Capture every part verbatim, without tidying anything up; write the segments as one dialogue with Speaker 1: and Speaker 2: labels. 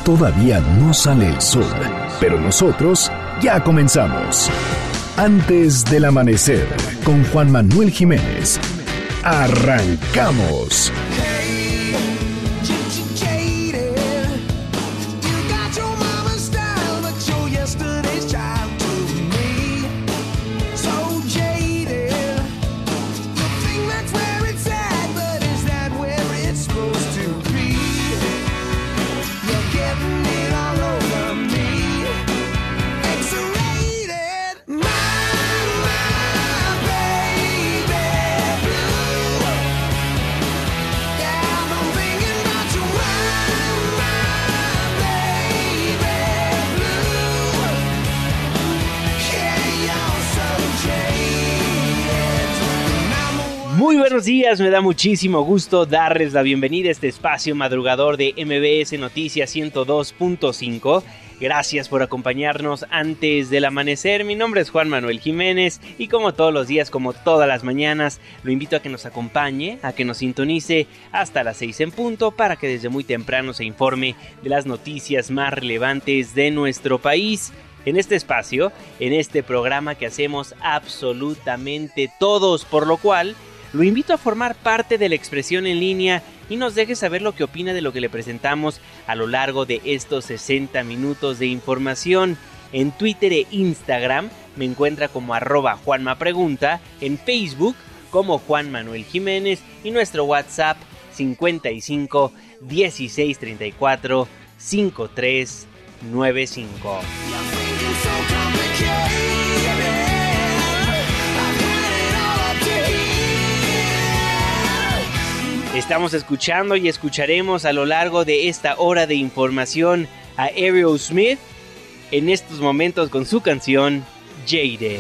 Speaker 1: Todavía no sale el sol, pero nosotros ya comenzamos. Antes del amanecer, con Juan Manuel Jiménez. ¡Arrancamos!
Speaker 2: Muy buenos días, me da muchísimo gusto darles la bienvenida a este espacio madrugador de M B S Noticias ciento dos punto cinco. Gracias por acompañarnos antes del amanecer. Mi nombre es Juan Manuel Jiménez y como todos los días, como todas las mañanas, lo invito a que nos acompañe, a que nos sintonice hasta las seis en punto para que desde muy temprano se informe de las noticias más relevantes de nuestro país. En este espacio, en este programa que hacemos absolutamente todos, por lo cual lo invito a formar parte de la expresión en línea y nos deje saber lo que opina de lo que le presentamos a lo largo de estos sesenta minutos de información. En Twitter e Instagram me encuentra como arroba juanmapregunta, en Facebook como Juan Manuel Jiménez y nuestro WhatsApp cincuenta y cinco, dieciséis, treinta y cuatro, cincuenta y tres, noventa y cinco. Estamos escuchando y escucharemos a lo largo de esta hora de información a Aerosmith en estos momentos con su canción Jaded.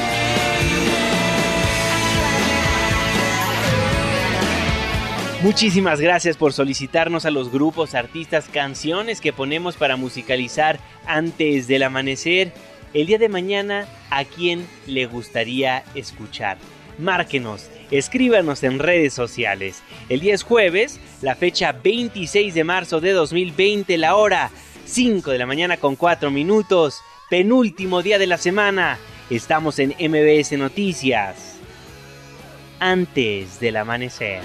Speaker 2: Muchísimas gracias por solicitarnos a los grupos, artistas, canciones que ponemos para musicalizar antes del amanecer. El día de mañana, ¿a quién le gustaría escuchar? Márquenos, escríbanos en redes sociales. El día es jueves, la fecha veintiséis de marzo de dos mil veinte, la hora cinco de la mañana con cuatro minutos, penúltimo día de la semana. Estamos en M B S Noticias, antes del amanecer.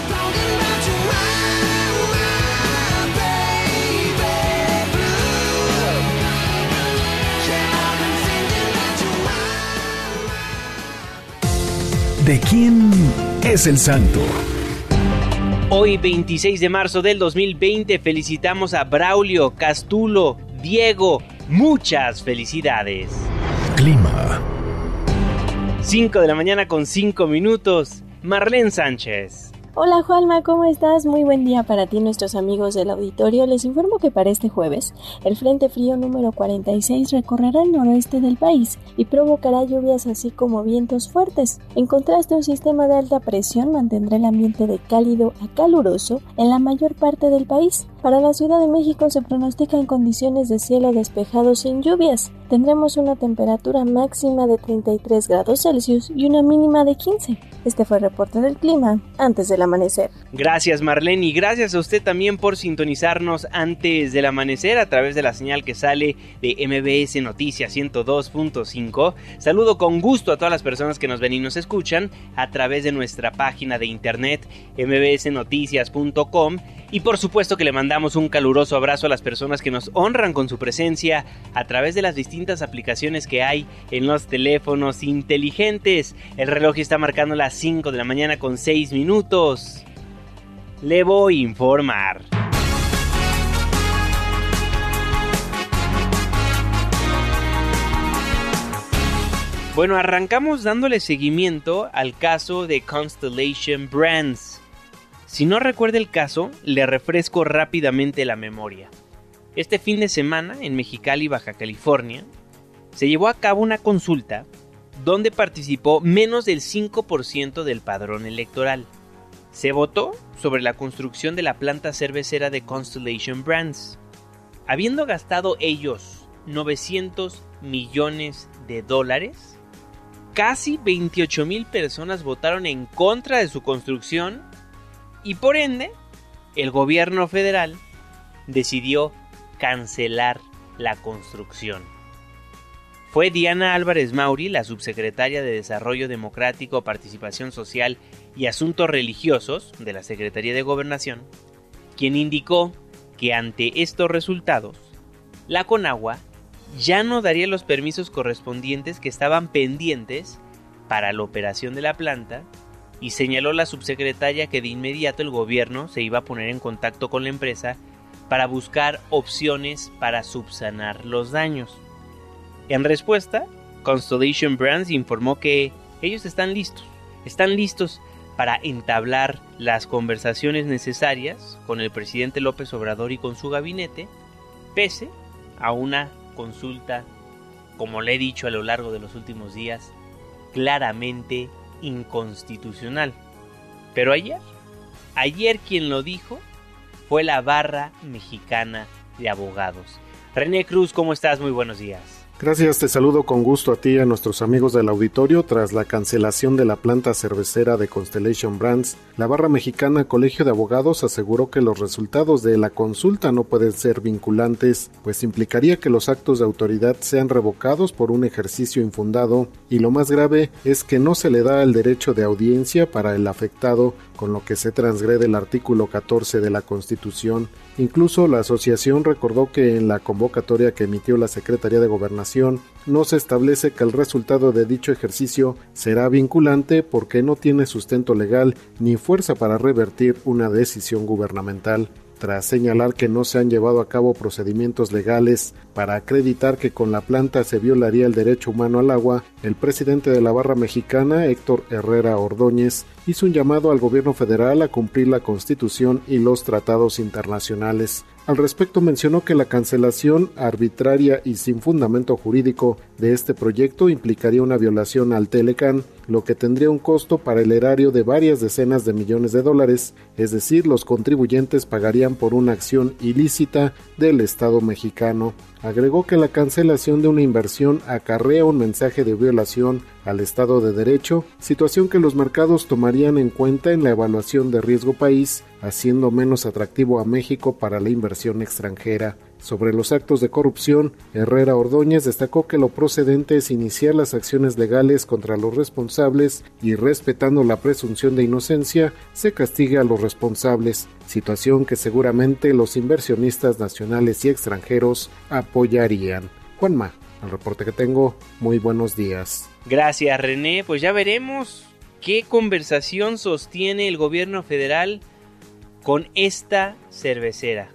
Speaker 1: ¿De quién es el santo?
Speaker 2: Hoy, veintiséis de marzo del dos mil veinte, felicitamos a Braulio, Castulo, Diego. Muchas felicidades.
Speaker 1: Clima.
Speaker 2: cinco de la mañana con cinco minutos. Marlene Sánchez.
Speaker 3: Hola Juanma, ¿cómo estás? Muy buen día para ti, nuestros amigos del auditorio. Les informo que para este jueves, el Frente Frío número cuarenta y seis recorrerá el noroeste del país y provocará lluvias así como vientos fuertes. En contraste, un sistema de alta presión mantendrá el ambiente de cálido a caluroso en la mayor parte del país. Para la Ciudad de México se pronostican condiciones de cielo despejado sin lluvias. Tendremos una temperatura máxima de treinta y tres grados Celsius y una mínima de quince. Este fue el reporte del clima antes del amanecer.
Speaker 2: Gracias Marlene y gracias a usted también por sintonizarnos antes del amanecer a través de la señal que sale de M B S Noticias ciento dos punto cinco. Saludo con gusto a todas las personas que nos ven y nos escuchan a través de nuestra página de internet m b s noticias punto com y por supuesto que le mandamos un caluroso abrazo a las personas que nos honran con su presencia a través de las distintas aplicaciones que hay en los teléfonos inteligentes. El reloj está marcando las cinco de la mañana con seis minutos. Le voy a informar. Bueno, arrancamos dándole seguimiento al caso de Constellation Brands. Si no recuerda el caso, le refresco rápidamente la memoria. Este fin de semana, en Mexicali, Baja California, se llevó a cabo una consulta donde participó menos del cinco por ciento del padrón electoral. Se votó sobre la construcción de la planta cervecera de Constellation Brands. Habiendo gastado ellos novecientos millones de dólares, casi veintiocho mil personas votaron en contra de su construcción y por ende, el gobierno federal decidió cancelar la construcción. Fue Diana Álvarez Mauri, la subsecretaria de Desarrollo Democrático, Participación Social y Asuntos Religiosos de la Secretaría de Gobernación, quien indicó que ante estos resultados, la Conagua ya no daría los permisos correspondientes que estaban pendientes para la operación de la planta, y señaló la subsecretaria que de inmediato el gobierno se iba a poner en contacto con la empresa para buscar opciones para subsanar los daños. En respuesta, Constellation Brands informó que ellos están listos, están listos para entablar las conversaciones necesarias con el presidente López Obrador y con su gabinete, pese a una consulta, como le he dicho a lo largo de los últimos días, claramente inconstitucional. Pero ayer, ayer quien lo dijo fue la Barra Mexicana de Abogados. René Cruz, ¿cómo estás? Muy buenos días.
Speaker 4: Gracias, te saludo con gusto a ti y a nuestros amigos del auditorio. Tras la cancelación de la planta cervecera de Constellation Brands, la Barra Mexicana Colegio de Abogados aseguró que los resultados de la consulta no pueden ser vinculantes, pues implicaría que los actos de autoridad sean revocados por un ejercicio infundado, y lo más grave es que no se le da el derecho de audiencia para el afectado, con lo que se transgrede el artículo catorce de la Constitución. Incluso la asociación recordó que en la convocatoria que emitió la Secretaría de Gobernación no se establece que el resultado de dicho ejercicio será vinculante porque no tiene sustento legal ni fuerza para revertir una decisión gubernamental. Tras señalar que no se han llevado a cabo procedimientos legales para acreditar que con la planta se violaría el derecho humano al agua, el presidente de la Barra Mexicana, Héctor Herrera Ordóñez, hizo un llamado al gobierno federal a cumplir la Constitución y los tratados internacionales. Al respecto mencionó que la cancelación arbitraria y sin fundamento jurídico de este proyecto implicaría una violación al Telecán, lo que tendría un costo para el erario de varias decenas de millones de dólares, es decir, los contribuyentes pagarían por una acción ilícita del Estado mexicano. Agregó que la cancelación de una inversión acarrea un mensaje de violación al Estado de Derecho, situación que los mercados tomarían en cuenta en la evaluación de riesgo país, haciendo menos atractivo a México para la inversión extranjera. Sobre los actos de corrupción, Herrera Ordóñez destacó que lo procedente es iniciar las acciones legales contra los responsables y, respetando la presunción de inocencia, se castigue a los responsables, situación que seguramente los inversionistas nacionales y extranjeros apoyarían. Juanma, el reporte que tengo, muy buenos días.
Speaker 2: Gracias, René. Pues ya veremos qué conversación sostiene el gobierno federal con esta cervecera,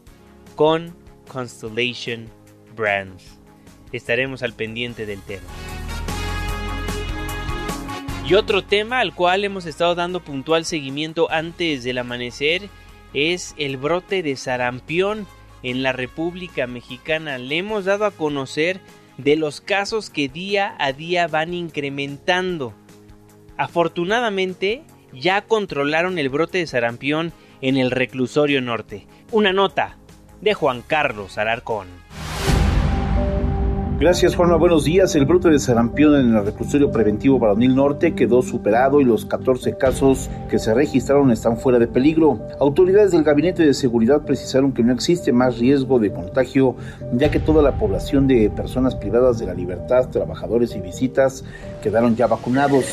Speaker 2: con Constellation Brands. Estaremos al pendiente del tema. Y otro tema al cual hemos estado dando puntual seguimiento antes del amanecer es el brote de sarampión en la República Mexicana. Le hemos dado a conocer de los casos que día a día van incrementando. Afortunadamente, ya controlaron el brote de sarampión en el Reclusorio Norte. Una nota de Juan Carlos Alarcón.
Speaker 5: Gracias, Juanma. Buenos días. El brote de sarampión en el Reclusorio Preventivo Varonil Norte quedó superado y los catorce casos que se registraron están fuera de peligro. Autoridades del Gabinete de Seguridad precisaron que no existe más riesgo de contagio, ya que toda la población de personas privadas de la libertad, trabajadores y visitas quedaron ya vacunados.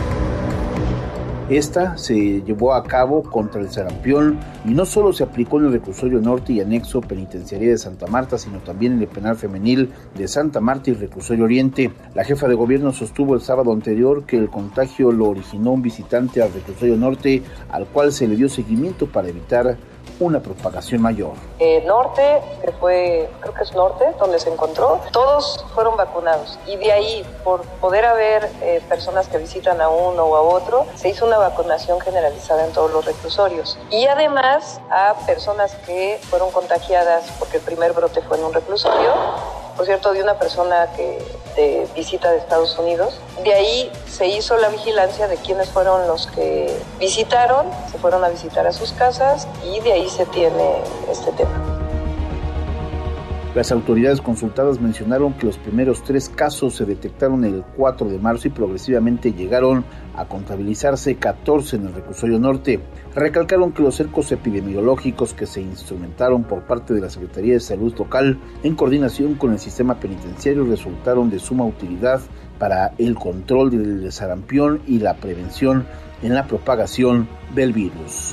Speaker 5: Esta se llevó a cabo contra el sarampión y no solo se aplicó en el Reclusorio Norte y Anexo Penitenciaría de Santa Marta, sino también en el Penal Femenil de Santa Marta y Reclusorio Oriente. La jefa de gobierno sostuvo el sábado anterior que el contagio lo originó un visitante al Reclusorio Norte, al cual se le dio seguimiento para evitar una propagación mayor.
Speaker 6: Eh, norte, que fue, creo que es Norte, donde se encontró, todos fueron vacunados y de ahí, por poder haber eh, personas que visitan a uno o a otro, se hizo una vacunación generalizada en todos los reclusorios. Y además a personas que fueron contagiadas, porque el primer brote fue en un reclusorio, por cierto, de una persona que de visita de Estados Unidos. De ahí se hizo la vigilancia de quiénes fueron los que visitaron, se fueron a visitar a sus casas y de ahí se tiene este tema.
Speaker 5: Las autoridades consultadas mencionaron que los primeros tres casos se detectaron el cuatro de marzo y progresivamente llegaron a contabilizarse catorce en el reclusorio norte. Recalcaron que los cercos epidemiológicos que se instrumentaron por parte de la Secretaría de Salud local en coordinación con el sistema penitenciario resultaron de suma utilidad para el control del sarampión y la prevención en la propagación del virus.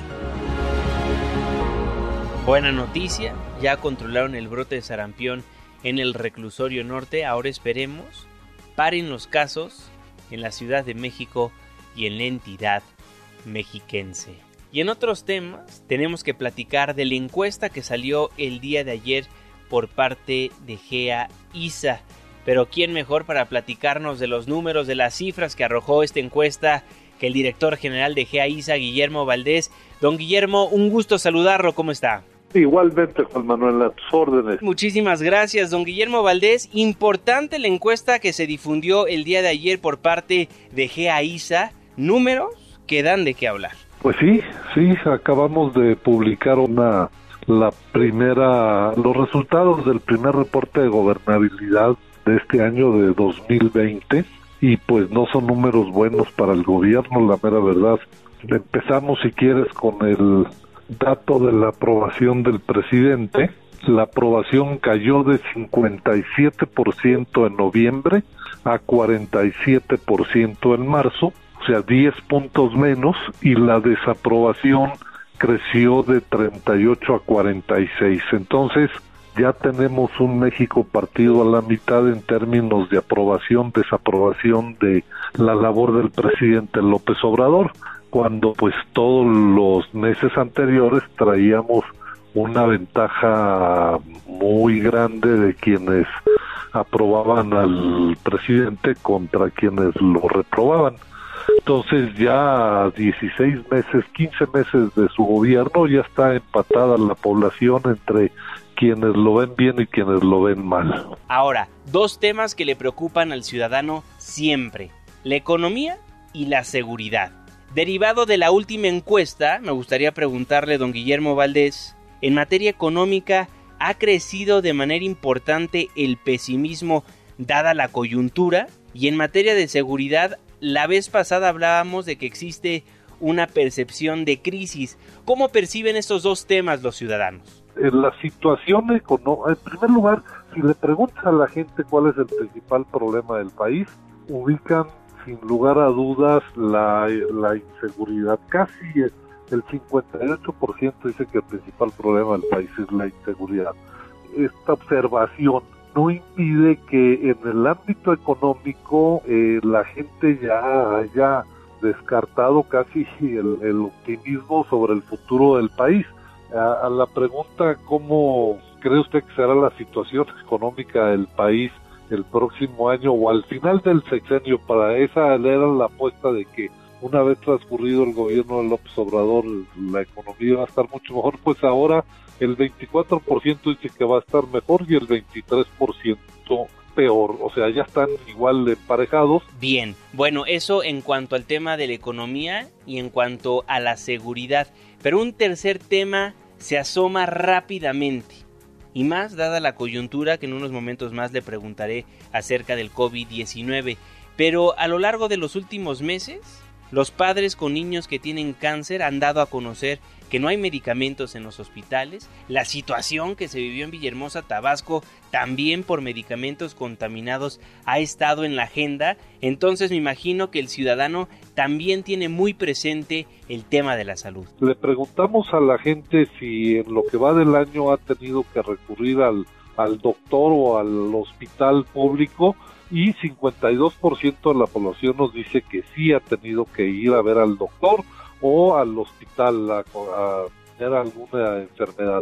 Speaker 2: Buena noticia, ya controlaron el brote de sarampión en el reclusorio norte. Ahora esperemos paren los casos en la Ciudad de México y en la entidad mexiquense. Y en otros temas tenemos que platicar de la encuesta que salió el día de ayer por parte de G E A I S A. Pero ¿quién mejor para platicarnos de los números, de las cifras que arrojó esta encuesta que el director general de G E A I S A, Guillermo Valdés? Don Guillermo, un gusto saludarlo, ¿cómo está?
Speaker 7: Igualmente, Juan Manuel, a tus órdenes.
Speaker 2: Muchísimas gracias, don Guillermo Valdés. Importante la encuesta que se difundió el día de ayer por parte de G E A I S A. Números que dan de qué hablar.
Speaker 7: Pues sí, sí, acabamos de publicar una la primera, los resultados del primer reporte de gobernabilidad de este año de dos mil veinte, y pues no son números buenos para el gobierno, la mera verdad. Empezamos, si quieres, con el dato de la aprobación del presidente. La aprobación cayó de cincuenta y siete por ciento en noviembre a cuarenta y siete por ciento en marzo, o sea, diez puntos menos, y la desaprobación creció de treinta y ocho a cuarenta y seis. Entonces, ya tenemos un México partido a la mitad en términos de aprobación, desaprobación de la labor del presidente López Obrador, cuando pues todos los meses anteriores traíamos una ventaja muy grande de quienes aprobaban al presidente contra quienes lo reprobaban. Entonces ya dieciséis meses, quince meses de su gobierno, ya está empatada la población entre quienes lo ven bien y quienes lo ven mal.
Speaker 2: Ahora, dos temas que le preocupan al ciudadano siempre: la economía y la seguridad. Derivado de la última encuesta, me gustaría preguntarle, don Guillermo Valdés, en materia económica, ¿ha crecido de manera importante el pesimismo dada la coyuntura? Y en materia de seguridad, la vez pasada hablábamos de que existe una percepción de crisis. ¿Cómo perciben estos dos temas los ciudadanos?
Speaker 7: En la situación económica, en primer lugar, si le preguntas a la gente cuál es el principal problema del país, ubican sin lugar a dudas la, la inseguridad. Casi el cincuenta y ocho por ciento dice que el principal problema del país es la inseguridad. Esta observación no impide que en el ámbito económico eh, la gente ya haya descartado casi el, el optimismo sobre el futuro del país. A, a la pregunta ¿cómo cree usted que será la situación económica del país el próximo año o al final del sexenio? Para esa era la apuesta de que una vez transcurrido el gobierno de López Obrador la economía va a estar mucho mejor. Pues ahora el veinticuatro por ciento dice que va a estar mejor y el veintitrés por ciento peor, o sea, ya están igual emparejados.
Speaker 2: Bien, bueno, eso en cuanto al tema de la economía y en cuanto a la seguridad, pero un tercer tema se asoma rápidamente, y más dada la coyuntura, que en unos momentos más le preguntaré acerca del covid diecinueve, pero a lo largo de los últimos meses, los padres con niños que tienen cáncer han dado a conocer que no hay medicamentos en los hospitales. La situación que se vivió en Villahermosa, Tabasco, también por medicamentos contaminados, ha estado en la agenda. Entonces me imagino que el ciudadano también tiene muy presente el tema de la salud.
Speaker 7: Le preguntamos a la gente si en lo que va del año ha tenido que recurrir al, al doctor o al hospital público, y cincuenta y dos por ciento de la población nos dice que sí ha tenido que ir a ver al doctor o al hospital a, a tener alguna enfermedad.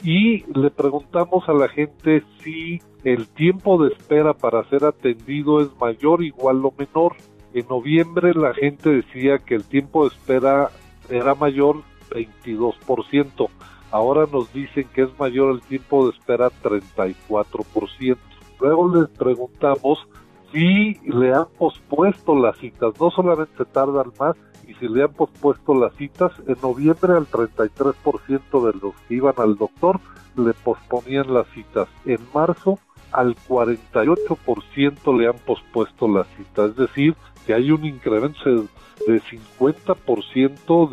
Speaker 7: Y le preguntamos a la gente si el tiempo de espera para ser atendido es mayor, igual o menor. En noviembre la gente decía que el tiempo de espera era mayor, veintidós por ciento. Ahora nos dicen que es mayor el tiempo de espera, treinta y cuatro por ciento. Luego les preguntamos si le han pospuesto las citas, no solamente se tardan más, y si le han pospuesto las citas. En noviembre al treinta y tres por ciento de los que iban al doctor le posponían las citas. En marzo al cuarenta y ocho por ciento le han pospuesto las citas, es decir, que hay un incremento de cincuenta por ciento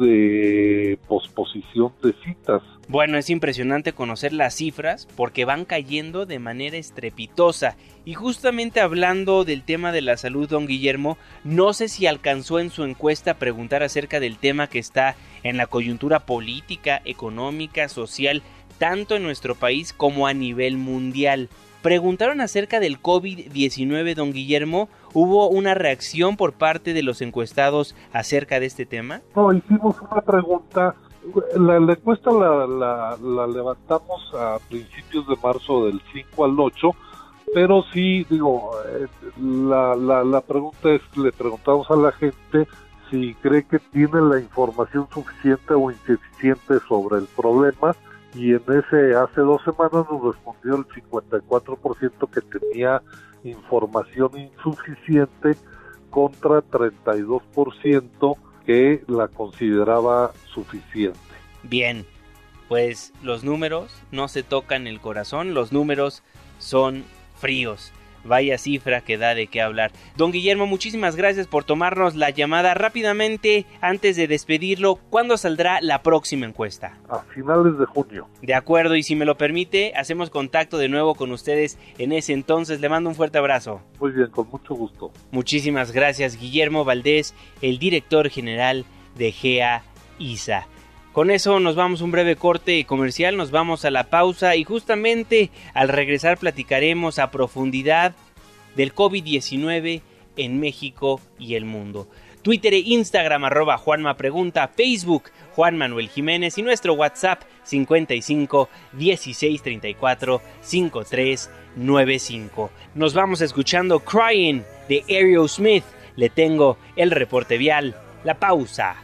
Speaker 7: de posposición de citas.
Speaker 2: Bueno, es impresionante conocer las cifras porque van cayendo de manera estrepitosa. Y justamente hablando del tema de la salud, don Guillermo, no sé si alcanzó en su encuesta a preguntar acerca del tema que está en la coyuntura política, económica, social, tanto en nuestro país como a nivel mundial. Preguntaron acerca del covid diecinueve, don Guillermo. ¿Hubo una reacción por parte de los encuestados acerca de este tema?
Speaker 7: No, hicimos una pregunta. La, la encuesta la, la, la levantamos a principios de marzo del cinco al ocho, pero sí, digo, eh, la, la, la pregunta es, le preguntamos a la gente si cree que tiene la información suficiente o insuficiente sobre el problema, y en ese hace dos semanas nos respondió el cincuenta y cuatro por ciento que tenía información insuficiente contra treinta y dos por ciento que la consideraba suficiente.
Speaker 2: Bien, pues los números no se tocan el corazón, los números son fríos. Vaya cifra que da de qué hablar. Don Guillermo, muchísimas gracias por tomarnos la llamada. Rápidamente, antes de despedirlo, ¿cuándo saldrá la próxima encuesta?
Speaker 7: A finales de junio.
Speaker 2: De acuerdo, y si me lo permite, hacemos contacto de nuevo con ustedes en ese entonces. Le mando un fuerte abrazo.
Speaker 7: Muy bien, con mucho gusto.
Speaker 2: Muchísimas gracias, Guillermo Valdés, el director general de GEA I S A. Con eso nos vamos a un breve corte comercial, nos vamos a la pausa y justamente al regresar platicaremos a profundidad del covid diecinueve en México y el mundo. Twitter e Instagram arroba Juanma Pregunta, Facebook Juan Manuel Jiménez y nuestro WhatsApp cincuenta y cinco dieciséis treinta y cuatro cincuenta y tres noventa y cinco. Nos vamos escuchando Crying de Aerosmith. Le tengo el reporte vial, la pausa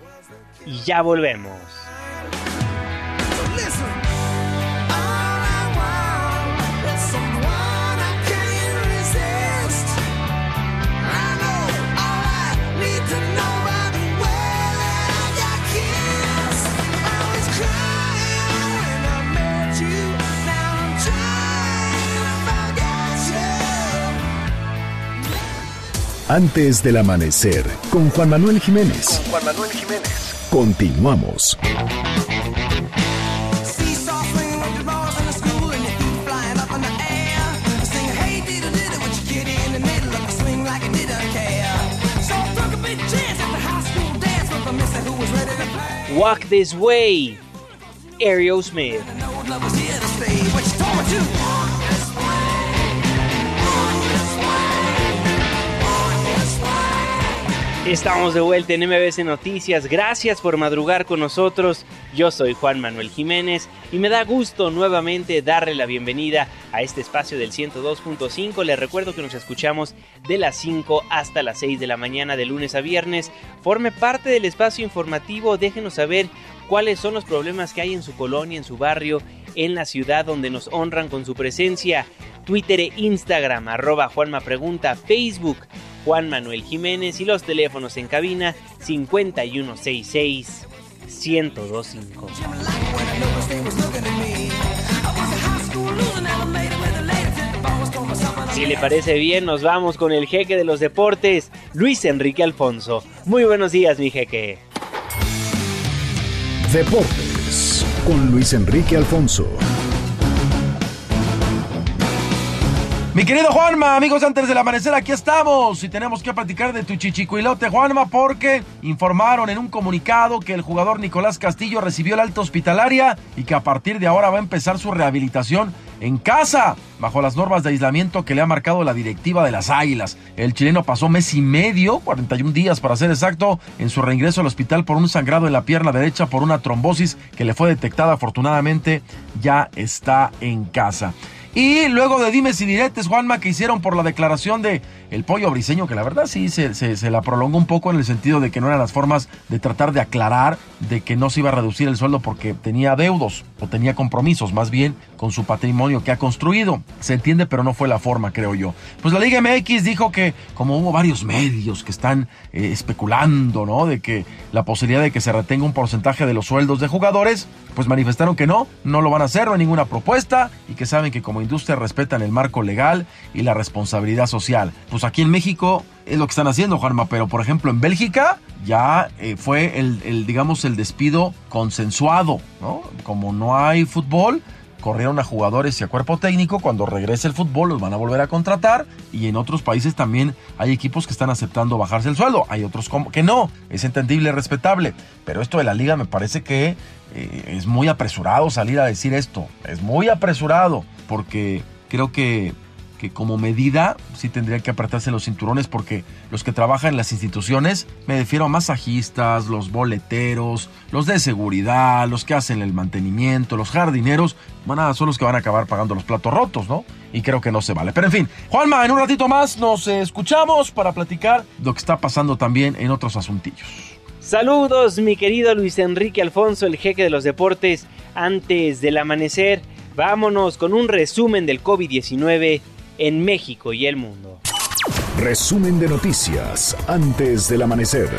Speaker 2: y ya volvemos.
Speaker 1: Antes del amanecer, con Juan Manuel Jiménez.
Speaker 8: Con Juan Manuel Jiménez.
Speaker 1: Continuamos.
Speaker 2: Walk This Way, Aerosmith. Estamos de vuelta en M B S Noticias. Gracias por madrugar con nosotros. Yo soy Juan Manuel Jiménez y me da gusto nuevamente darle la bienvenida a este espacio del ciento dos punto cinco. Les recuerdo que nos escuchamos de las cinco hasta las seis de la mañana de lunes a viernes. Forme parte del espacio informativo. Déjenos saber cuáles son los problemas que hay en su colonia, en su barrio, en la ciudad donde nos honran con su presencia. Twitter e Instagram arroba Juanma Pregunta, Facebook Juan Manuel Jiménez y los teléfonos en cabina cincuenta y uno sesenta y seis, ciento veinticinco. Si le parece bien, nos vamos con el jeque de los deportes, Luis Enrique Alfonso. Muy buenos días, mi jeque.
Speaker 1: Deportes con Luis Enrique Alfonso.
Speaker 9: Mi querido Juanma, amigos, antes del amanecer aquí estamos y tenemos que platicar de tu chichicuilote, Juanma, porque informaron en un comunicado que el jugador Nicolás Castillo recibió el alta hospitalaria y que a partir de ahora va a empezar su rehabilitación en casa, bajo las normas de aislamiento que le ha marcado la directiva de las Águilas. El chileno pasó mes y medio, cuarenta y un días para ser exacto, en su reingreso al hospital por un sangrado en la pierna derecha por una trombosis que le fue detectada. Afortunadamente ya está en casa. Y luego de dimes y diretes, Juanma, que hicieron por la declaración de el Pollo Briseño, que la verdad sí se, se, se la prolongó un poco en el sentido de que no eran las formas de tratar de aclarar de que no se iba a reducir el sueldo porque tenía deudos o tenía compromisos más bien con su patrimonio que ha construido. Se entiende, pero no fue la forma, creo yo. Pues la Liga M X dijo que, como hubo varios medios que están eh, especulando, ¿no?, de que la posibilidad de que se retenga un porcentaje de los sueldos de jugadores, pues manifestaron que no, no lo van a hacer, no hay ninguna propuesta, y que saben que como industria respetan el marco legal y la responsabilidad social. Pues aquí en México es lo que están haciendo, Juanma, pero por ejemplo en Bélgica ya eh, fue el, el, digamos, el despido consensuado, ¿no? Como no hay fútbol, corrieron a jugadores y a cuerpo técnico. Cuando regrese el fútbol los van a volver a contratar, y en otros países también hay equipos que están aceptando bajarse el sueldo, hay otros como que no, es entendible, respetable, pero esto de la liga me parece que eh, es muy apresurado salir a decir esto, es muy apresurado, porque creo que que como medida sí tendrían que apretarse los cinturones, porque los que trabajan en las instituciones, me refiero a masajistas, los boleteros, los de seguridad, los que hacen el mantenimiento, los jardineros, bueno, son los que van a acabar pagando los platos rotos, ¿no? Y creo que no se vale. Pero en fin, Juanma, en un ratito más nos escuchamos para platicar lo que está pasando también en otros asuntillos.
Speaker 2: Saludos, mi querido Luis Enrique Alfonso, el jeque de los deportes. Antes del amanecer, vámonos con un resumen del covid diecinueve en México y el mundo.
Speaker 1: Resumen de noticias antes del amanecer.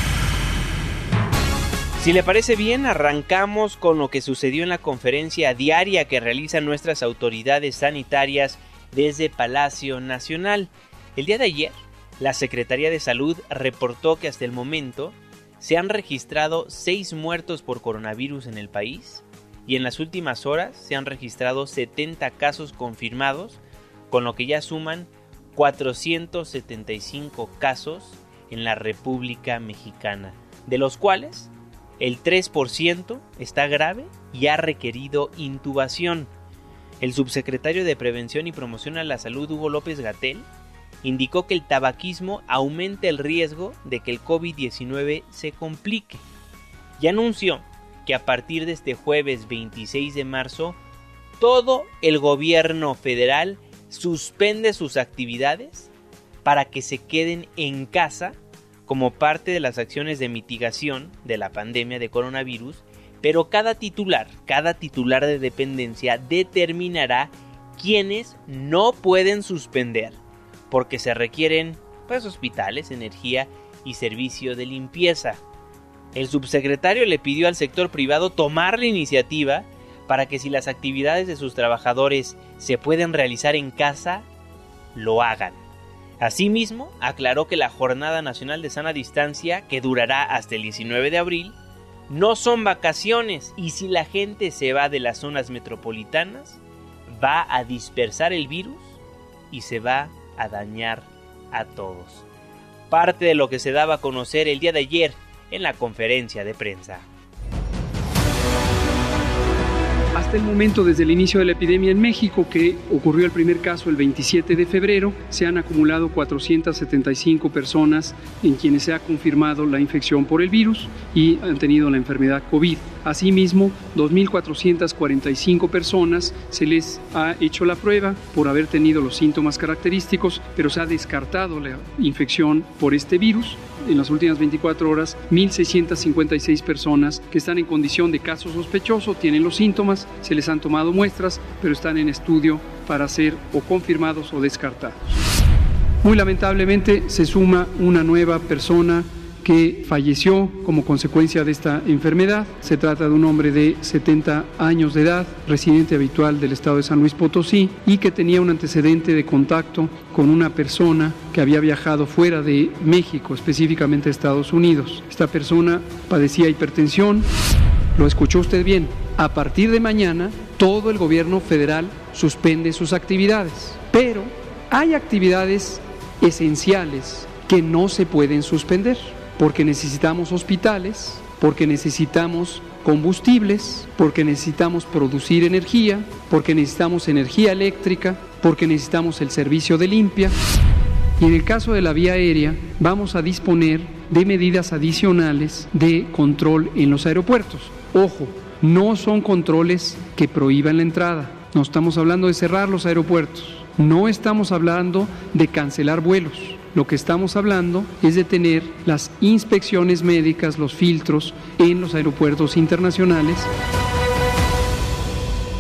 Speaker 2: Si le parece bien, arrancamos con lo que sucedió en la conferencia diaria que realizan nuestras autoridades sanitarias desde Palacio Nacional. El día de ayer, la Secretaría de Salud reportó que hasta el momento se han registrado seis muertos por coronavirus en el país, y en las últimas horas se han registrado setenta casos confirmados, con lo que ya suman cuatrocientos setenta y cinco casos en la República Mexicana, de los cuales el tres por ciento está grave y ha requerido intubación. El subsecretario de Prevención y Promoción a la Salud, Hugo López-Gatell, indicó que el tabaquismo aumenta el riesgo de que el covid diecinueve se complique, y anunció que a partir de este jueves veintiséis de marzo, todo el gobierno federal suspende sus actividades para que se queden en casa como parte de las acciones de mitigación de la pandemia de coronavirus, pero cada titular, cada titular de dependencia determinará quiénes no pueden suspender, porque se requieren pues hospitales, energía y servicio de limpieza. El subsecretario le pidió al sector privado tomar la iniciativa para que si las actividades de sus trabajadores se pueden realizar en casa, lo hagan. Asimismo, aclaró que la Jornada Nacional de Sana Distancia, que durará hasta el diecinueve de abril, no son vacaciones, y si la gente se va de las zonas metropolitanas, va a dispersar el virus y se va a dañar a todos. Parte de lo que se daba a conocer el día de ayer en la conferencia de prensa.
Speaker 8: Hasta el momento, desde el inicio de la epidemia en México, que ocurrió el primer caso el veintisiete de febrero, se han acumulado cuatrocientas setenta y cinco personas en quienes se ha confirmado la infección por el virus y han tenido la enfermedad COVID. Asimismo, dos mil cuatrocientas cuarenta y cinco personas se les ha hecho la prueba por haber tenido los síntomas característicos, pero se ha descartado la infección por este virus. En las últimas veinticuatro horas, mil seiscientas cincuenta y seis personas que están en condición de caso sospechoso tienen los síntomas, se les han tomado muestras, pero están en estudio para ser o confirmados o descartados. Muy lamentablemente se suma una nueva persona que falleció como consecuencia de esta enfermedad. Se trata de un hombre de setenta años de edad, residente habitual del estado de San Luis Potosí, y que tenía un antecedente de contacto con una persona que había viajado fuera de México, específicamente a Estados Unidos. Esta persona padecía hipertensión. Lo escuchó usted bien. A partir de mañana, todo el gobierno federal suspende sus actividades, pero hay actividades esenciales que no se pueden suspender, porque necesitamos hospitales, porque necesitamos combustibles, porque necesitamos producir energía, porque necesitamos energía eléctrica, porque necesitamos el servicio de limpia. Y en el caso de la vía aérea, vamos a disponer de medidas adicionales de control en los aeropuertos. Ojo, no son controles que prohíban la entrada, no estamos hablando de cerrar los aeropuertos, no estamos hablando de cancelar vuelos. Lo que estamos hablando es de tener las inspecciones médicas, los filtros en los aeropuertos internacionales.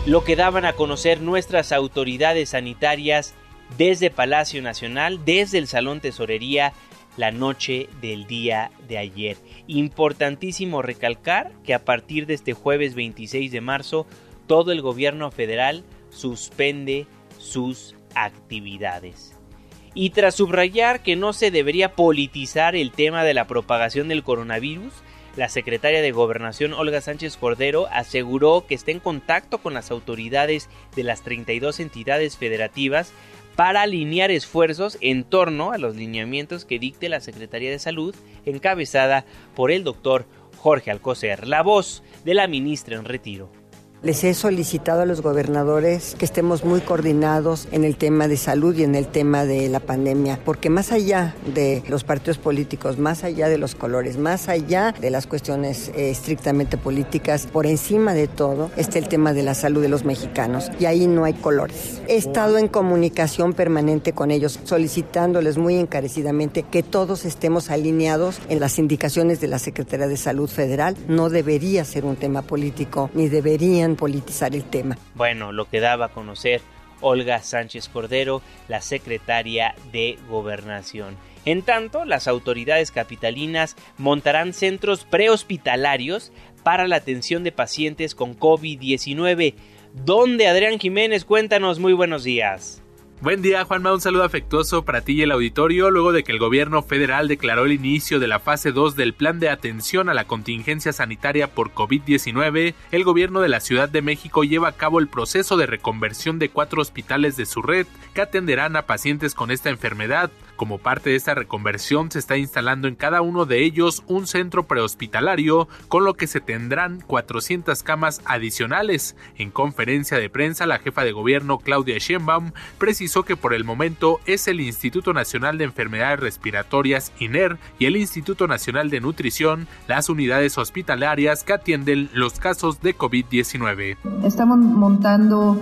Speaker 2: lo que daban a conocer nuestras autoridades sanitarias desde Palacio Nacional, desde el Salón Tesorería, la noche del día de ayer. Importantísimo recalcar que a partir de este jueves veintiséis de marzo, todo el gobierno federal suspende sus actividades. Y tras subrayar que no se debería politizar el tema de la propagación del coronavirus, la secretaria de Gobernación, Olga Sánchez Cordero, aseguró que está en contacto con las autoridades de las treinta y dos entidades federativas para alinear esfuerzos en torno a los lineamientos que dicte la Secretaría de Salud, encabezada por el doctor Jorge Alcocer, la voz de la ministra en retiro.
Speaker 10: Les he solicitado a los gobernadores que estemos muy coordinados en el tema de salud y en el tema de la pandemia, porque más allá de los partidos políticos, más allá de los colores, más allá de las cuestiones eh, estrictamente políticas, por encima de todo está el tema de la salud de los mexicanos, y ahí no hay colores. He estado en comunicación permanente con ellos, solicitándoles muy encarecidamente que todos estemos alineados en las indicaciones de la Secretaría de Salud Federal. No debería ser un tema político, ni deberían politizar el tema.
Speaker 2: Bueno, lo que daba a conocer Olga Sánchez Cordero, la secretaria de Gobernación. En tanto, las autoridades capitalinas montarán centros prehospitalarios para la atención de pacientes con COVID diecinueve. ¿Dónde, Adrián Jiménez? Cuéntanos, muy buenos días.
Speaker 11: Buen día, Juanma, un saludo afectuoso para ti y el auditorio. Luego de que el gobierno federal declaró el inicio de la fase dos del plan de atención a la contingencia sanitaria por COVID diecinueve, el gobierno de la Ciudad de México lleva a cabo el proceso de reconversión de cuatro hospitales de su red que atenderán a pacientes con esta enfermedad. Como parte de esta reconversión, se está instalando en cada uno de ellos un centro prehospitalario, con lo que se tendrán cuatrocientas camas adicionales. En conferencia de prensa, la jefa de gobierno, Claudia Sheinbaum, precisó que por el momento es el Instituto Nacional de Enfermedades Respiratorias, I N E R, y el Instituto Nacional de Nutrición, las unidades hospitalarias que atienden los casos de COVID diecinueve.
Speaker 12: Estamos montando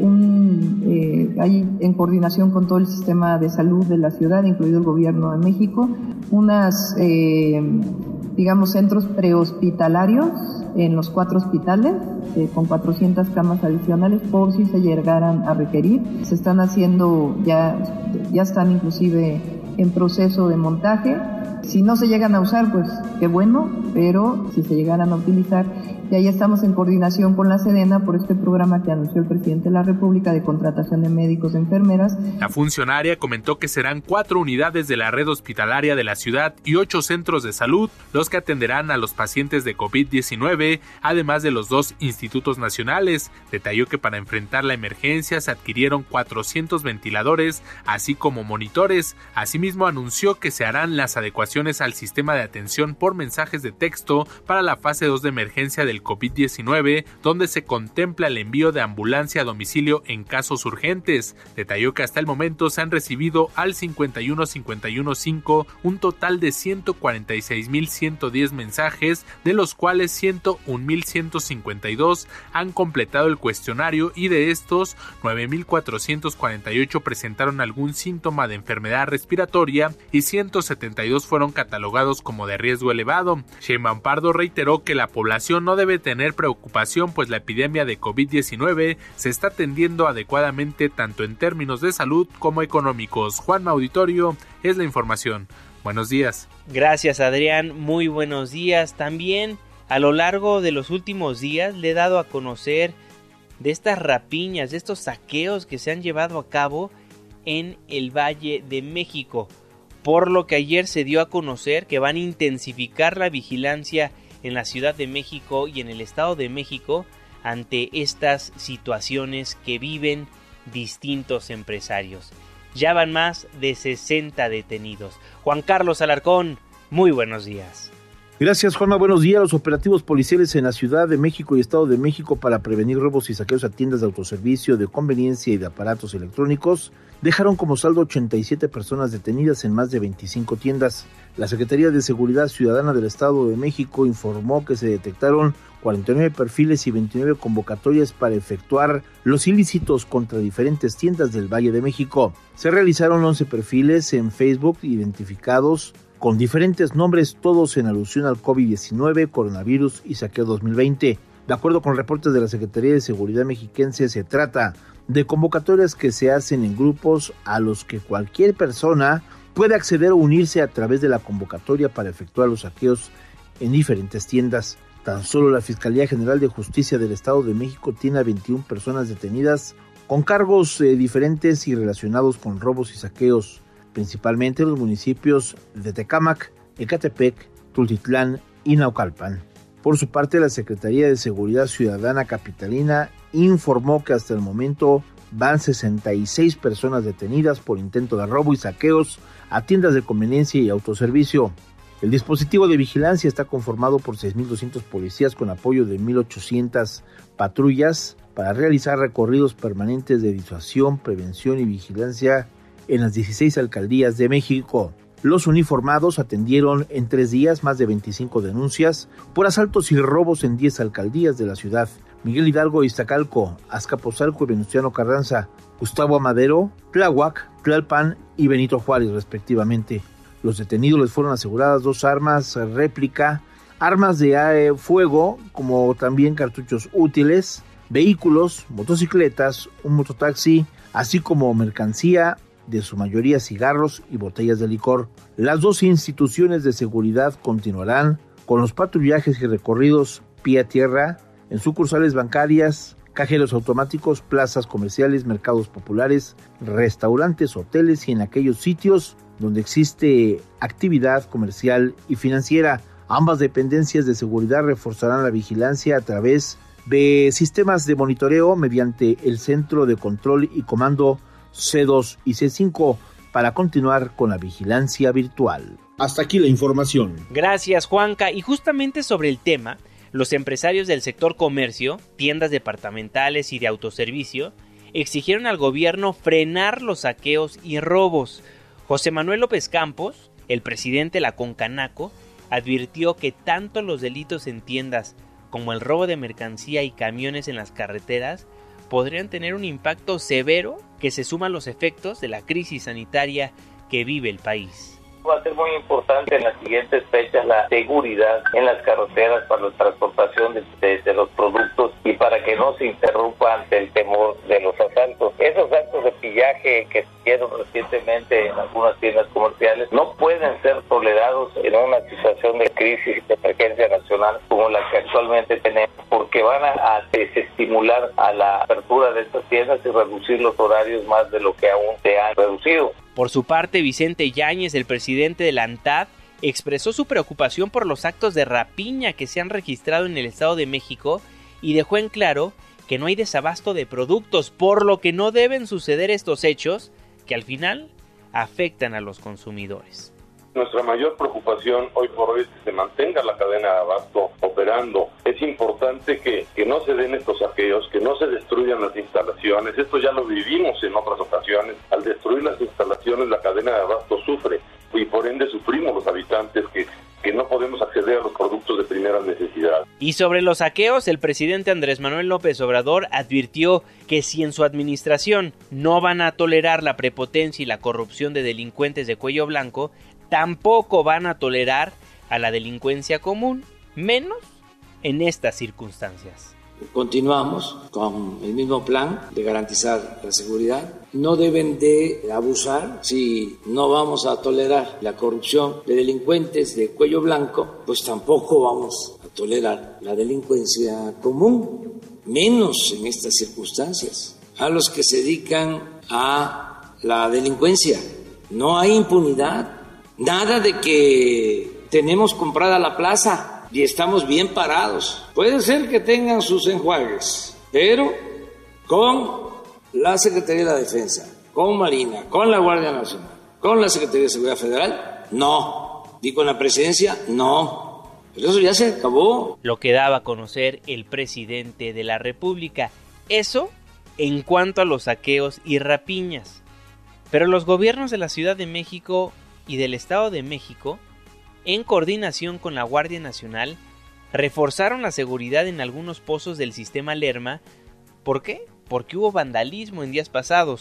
Speaker 12: un, eh, ahí en coordinación con todo el sistema de salud de la ciudad, incluido el gobierno de México, unas, eh, digamos, centros prehospitalarios en los cuatro hospitales, eh, con cuatrocientas camas adicionales por si se llegaran a requerir. Se están haciendo, ya, ya están inclusive en proceso de montaje. Si no se llegan a usar, pues qué bueno, pero si se llegaran a utilizar, y ahí estamos en coordinación con la Sedena por este programa que anunció el presidente de la República de contratación de médicos y enfermeras.
Speaker 11: La funcionaria comentó que serán cuatro unidades de la red hospitalaria de la ciudad y ocho centros de salud los que atenderán a los pacientes de COVID diecinueve, además de los dos institutos nacionales. Detalló que para enfrentar la emergencia se adquirieron cuatrocientos ventiladores, así como monitores. Asimismo, anunció que se harán las adecuaciones al sistema de atención por mensajes de texto para la fase dos de emergencia del COVID diecinueve, donde se contempla el envío de ambulancia a domicilio en casos urgentes. Detalló que hasta el momento se han recibido al cincuenta y uno cincuenta y uno cinco un total de ciento cuarenta y seis mil ciento diez mensajes, de los cuales ciento un mil ciento cincuenta y dos han completado el cuestionario, y de estos nueve mil cuatrocientos cuarenta y ocho presentaron algún síntoma de enfermedad respiratoria y ciento setenta y dos fueron catalogados como de riesgo elevado. Sheinbaum Pardo reiteró que la población no debe tener preocupación, pues la epidemia de COVID diecinueve se está atendiendo adecuadamente tanto en términos de salud como económicos. Juanma, auditorio, es la información. Buenos días.
Speaker 2: Gracias, Adrián, muy buenos días. También a lo largo de los últimos días le he dado a conocer de estas rapiñas, de estos saqueos que se han llevado a cabo en el Valle de México, por lo que ayer se dio a conocer que van a intensificar la vigilancia en la Ciudad de México y en el Estado de México ante estas situaciones que viven distintos empresarios. Ya van más de sesenta detenidos. Juan Carlos Alarcón, muy buenos días.
Speaker 5: Gracias, Juanma. Buenos días. Los operativos policiales en la Ciudad de México y Estado de México para prevenir robos y saqueos a tiendas de autoservicio, de conveniencia y de aparatos electrónicos dejaron como saldo ochenta y siete personas detenidas en más de veinticinco tiendas. La Secretaría de Seguridad Ciudadana del Estado de México informó que se detectaron cuarenta y nueve perfiles y veintinueve convocatorias para efectuar los ilícitos contra diferentes tiendas del Valle de México. Se realizaron once perfiles en Facebook identificados con diferentes nombres, todos en alusión al COVID diecinueve, coronavirus y saqueo dos mil veinte. De acuerdo con reportes de la Secretaría de Seguridad mexiquense, se trata de convocatorias que se hacen en grupos a los que cualquier persona puede acceder o unirse a través de la convocatoria para efectuar los saqueos en diferentes tiendas. Tan solo la Fiscalía General de Justicia del Estado de México tiene a veintiuna personas detenidas con cargos eh, diferentes y relacionados con robos y saqueos, principalmente en los municipios de Tecámac, Ecatepec, Tultitlán y Naucalpan. Por su parte, la Secretaría de Seguridad Ciudadana capitalina informó que hasta el momento van sesenta y seis personas detenidas por intento de robo y saqueos a tiendas de conveniencia y autoservicio. El dispositivo de vigilancia está conformado por seis mil doscientos policías con apoyo de mil ochocientas patrullas para realizar recorridos permanentes de disuasión, prevención y vigilancia en las dieciséis alcaldías de México. Los uniformados atendieron en tres días más de veinticinco denuncias por asaltos y robos en diez alcaldías de la ciudad: Miguel Hidalgo, Iztacalco, Azcapotzalco y Venustiano Carranza, Gustavo Amadero, Tláhuac, Tlalpan y Benito Juárez, respectivamente. Los detenidos les fueron aseguradas dos armas réplica, armas de fuego, como también cartuchos útiles, vehículos, motocicletas, un mototaxi, así como mercancía, de su mayoría cigarros y botellas de licor. Las dos instituciones de seguridad continuarán con los patrullajes y recorridos pie a tierra en sucursales bancarias, cajeros automáticos, plazas comerciales, mercados populares, restaurantes, hoteles y en aquellos sitios donde existe actividad comercial y financiera. Ambas dependencias de seguridad reforzarán la vigilancia a través de sistemas de monitoreo mediante el Centro de Control y Comando C dos y C cinco para continuar con la vigilancia virtual. Hasta aquí la información.
Speaker 2: Gracias, Juanca. Y justamente sobre el tema, los empresarios del sector comercio, tiendas departamentales y de autoservicio exigieron al gobierno frenar los saqueos y robos. José Manuel López Campos, el presidente de la Concanaco, advirtió que tanto los delitos en tiendas como el robo de mercancía y camiones en las carreteras podrían tener un impacto severo que se suma a los efectos de la crisis sanitaria que vive el país.
Speaker 13: Va a ser muy importante en las siguientes fechas la seguridad en las carreteras para la transportación de, de, de los productos y para que no se interrumpa ante el temor de los asaltos. Esos actos de pillaje que se dieron recientemente en algunas tiendas comerciales no pueden ser tolerados en una situación de crisis de emergencia nacional como la que actualmente tenemos, porque van a, a desestimular a la apertura de estas tiendas y reducir los horarios más de lo que aún se han reducido.
Speaker 2: Por su parte, Vicente Yáñez, el presidente de la ANTAD, expresó su preocupación por los actos de rapiña que se han registrado en el Estado de México y dejó en claro que no hay desabasto de productos, por lo que no deben suceder estos hechos que al final afectan a los consumidores.
Speaker 14: Nuestra mayor preocupación hoy por hoy es que se mantenga la cadena de abasto operando. Es importante que, que no se den estos saqueos, que no se destruyan las instalaciones. Esto ya lo vivimos en otras ocasiones. Al destruir las instalaciones, la cadena de abasto sufre y por ende sufrimos los habitantes que, que no podemos acceder a los productos de primera necesidad.
Speaker 2: Y sobre los saqueos, el presidente Andrés Manuel López Obrador advirtió que si en su administración no van a tolerar la prepotencia y la corrupción de delincuentes de cuello blanco, tampoco van a tolerar a la delincuencia común, menos en estas circunstancias.
Speaker 15: Continuamos con el mismo plan de garantizar la seguridad. No deben de abusar. Si no vamos a tolerar la corrupción de delincuentes de cuello blanco, pues tampoco vamos a tolerar la delincuencia común, menos en estas circunstancias. A los que se dedican a la delincuencia, no hay impunidad. Nada de que tenemos comprada la plaza y estamos bien parados. Puede ser que tengan sus enjuagues, pero con la Secretaría de la Defensa, con Marina, con la Guardia Nacional, con la Secretaría de Seguridad Federal, no. Y con la Presidencia, no. Pero eso ya se acabó.
Speaker 2: Lo que daba a conocer el presidente de la República. Eso en cuanto a los saqueos y rapiñas. Pero los gobiernos de la Ciudad de México y del Estado de México, en coordinación con la Guardia Nacional, reforzaron la seguridad en algunos pozos del sistema Lerma. ¿Por qué? Porque hubo vandalismo en días pasados.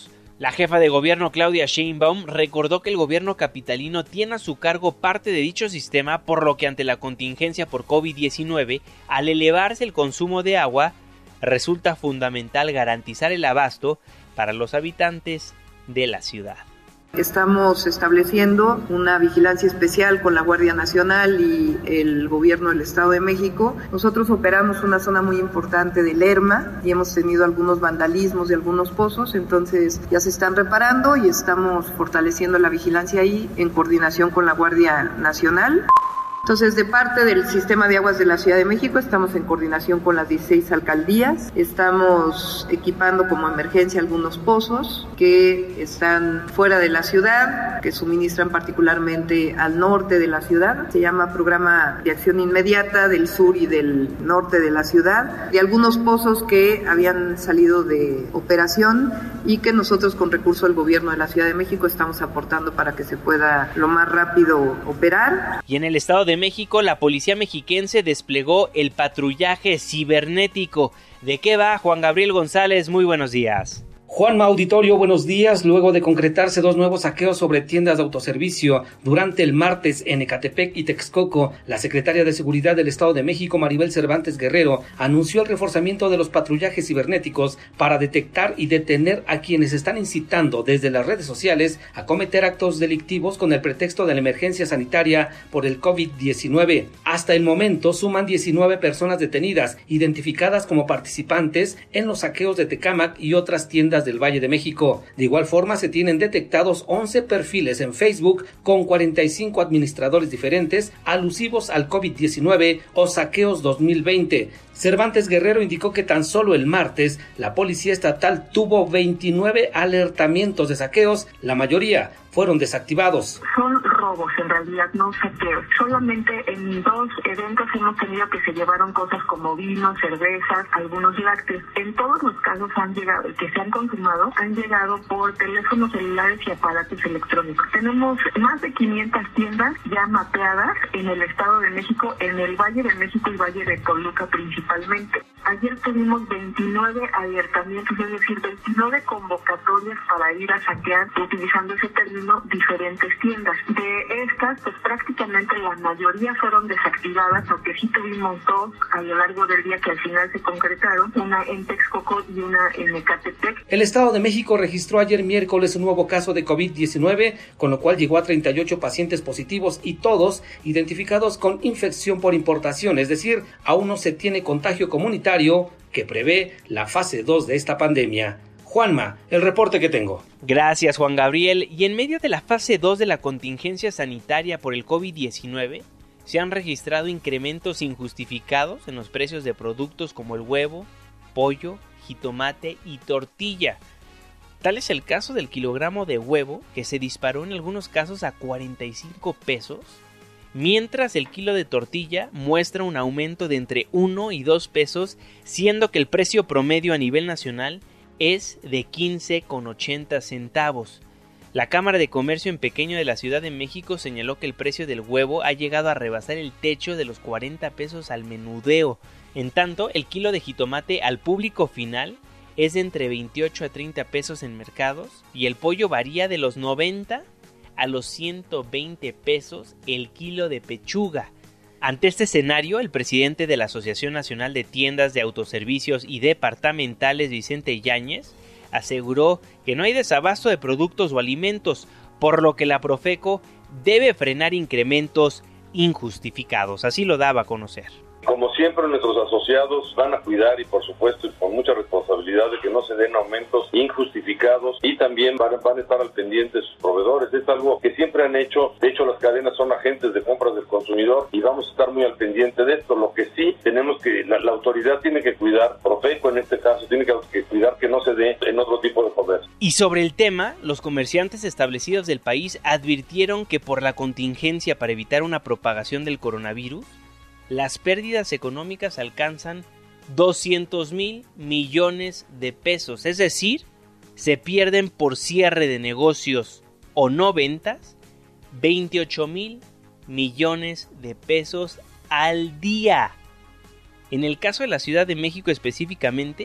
Speaker 2: La jefa de gobierno Claudia Sheinbaum recordó que el gobierno capitalino tiene a su cargo parte de dicho sistema, por lo que ante la contingencia por COVID diecinueve, al elevarse el consumo de agua, resulta fundamental garantizar el abasto para los habitantes de la ciudad.
Speaker 12: Estamos estableciendo una vigilancia especial con la Guardia Nacional y el Gobierno del Estado de México. Nosotros operamos una zona muy importante de Lerma y hemos tenido algunos vandalismos de algunos pozos, entonces ya se están reparando y estamos fortaleciendo la vigilancia ahí en coordinación con la Guardia Nacional. Entonces, de parte del Sistema de Aguas de la Ciudad de México, estamos en coordinación con las dieciséis alcaldías, estamos equipando como emergencia algunos pozos que están fuera de la ciudad, que suministran particularmente al norte de la ciudad. Se llama Programa de Acción Inmediata del sur y del norte de la ciudad, de algunos pozos que habían salido de operación y que nosotros con recurso del Gobierno de la Ciudad de México estamos aportando para que se pueda lo más rápido operar.
Speaker 2: Y en el Estado de México, la policía mexiquense desplegó el patrullaje cibernético. ¿De qué va, Juan Gabriel González? Muy buenos días.
Speaker 16: Juanma, auditorio, buenos días. Luego de concretarse dos nuevos saqueos sobre tiendas de autoservicio durante el martes en Ecatepec y Texcoco, la secretaria de Seguridad del Estado de México, Maribel Cervantes Guerrero, anunció el reforzamiento de los patrullajes cibernéticos para detectar y detener a quienes están incitando desde las redes sociales a cometer actos delictivos con el pretexto de la emergencia sanitaria por el COVID diecinueve. Hasta el momento suman diecinueve personas detenidas, identificadas como participantes en los saqueos de Tecámac y otras tiendas del Valle de México. De igual forma, se tienen detectados once perfiles en Facebook con cuarenta y cinco administradores diferentes alusivos al COVID diecinueve o saqueos dos mil veinte. Cervantes Guerrero indicó que tan solo el martes la Policía Estatal tuvo veintinueve alertamientos de saqueos, la mayoría fueron desactivados.
Speaker 17: Son robos, en realidad, no saqueos. Solamente en dos eventos hemos tenido que se llevaron cosas como vino, cervezas, algunos lácteos. En todos los casos han llegado, que se han consumado, han llegado por teléfonos celulares y aparatos electrónicos. Tenemos más de quinientas tiendas ya mapeadas en el Estado de México, en el Valle de México y Valle de Toluca principalmente. Ayer tuvimos veintinueve alertamientos, es decir, veintinueve convocatorias para ir a saquear, utilizando ese término, diferentes tiendas. De estas, pues prácticamente la mayoría fueron desactivadas, aunque sí tuvimos dos a lo largo del día que al final se concretaron, una en Texcoco y una en Ecatepec.
Speaker 16: El Estado de México registró ayer miércoles un nuevo caso de COVID diecinueve, con lo cual llegó a treinta y ocho pacientes positivos y todos identificados con infección por importación, es decir, aún no se tiene contagio comunitario que prevé la fase dos de esta pandemia. Juanma, el reporte que tengo.
Speaker 2: Gracias, Juan Gabriel. Y en medio de la fase dos de la contingencia sanitaria por el COVID diecinueve, se han registrado incrementos injustificados en los precios de productos como el huevo, pollo, jitomate y tortilla. Tal es el caso del kilogramo de huevo, que se disparó en algunos casos a cuarenta y cinco pesos, mientras el kilo de tortilla muestra un aumento de entre uno y dos pesos, siendo que el precio promedio a nivel nacional es de quince con ochenta centavos. La Cámara de Comercio en Pequeño de la Ciudad de México señaló que el precio del huevo ha llegado a rebasar el techo de los cuarenta pesos al menudeo. En tanto, el kilo de jitomate al público final es de entre veintiocho a treinta pesos en mercados y el pollo varía de los noventa a los ciento veinte pesos el kilo de pechuga. Ante este escenario, el presidente de la Asociación Nacional de Tiendas de Autoservicios y Departamentales, Vicente Yáñez, aseguró que no hay desabasto de productos o alimentos, por lo que la Profeco debe frenar incrementos injustificados. Así lo daba a conocer.
Speaker 14: Como siempre, nuestros asociados van a cuidar y, por supuesto, y con mucha responsabilidad de que no se den aumentos injustificados, y también van, van a estar al pendiente de sus proveedores. Es algo que siempre han hecho. De hecho, las cadenas son agentes de compras del consumidor y vamos a estar muy al pendiente de esto. Lo que sí tenemos que, la, la autoridad tiene que cuidar, Profeco en este caso, tiene que, que cuidar que no se dé en otro tipo de comercio.
Speaker 2: Y sobre el tema, los comerciantes establecidos del país advirtieron que por la contingencia para evitar una propagación del coronavirus, las pérdidas económicas alcanzan doscientos mil millones de pesos, es decir, se pierden por cierre de negocios o no ventas veintiocho mil millones de pesos al día. En el caso de la Ciudad de México específicamente,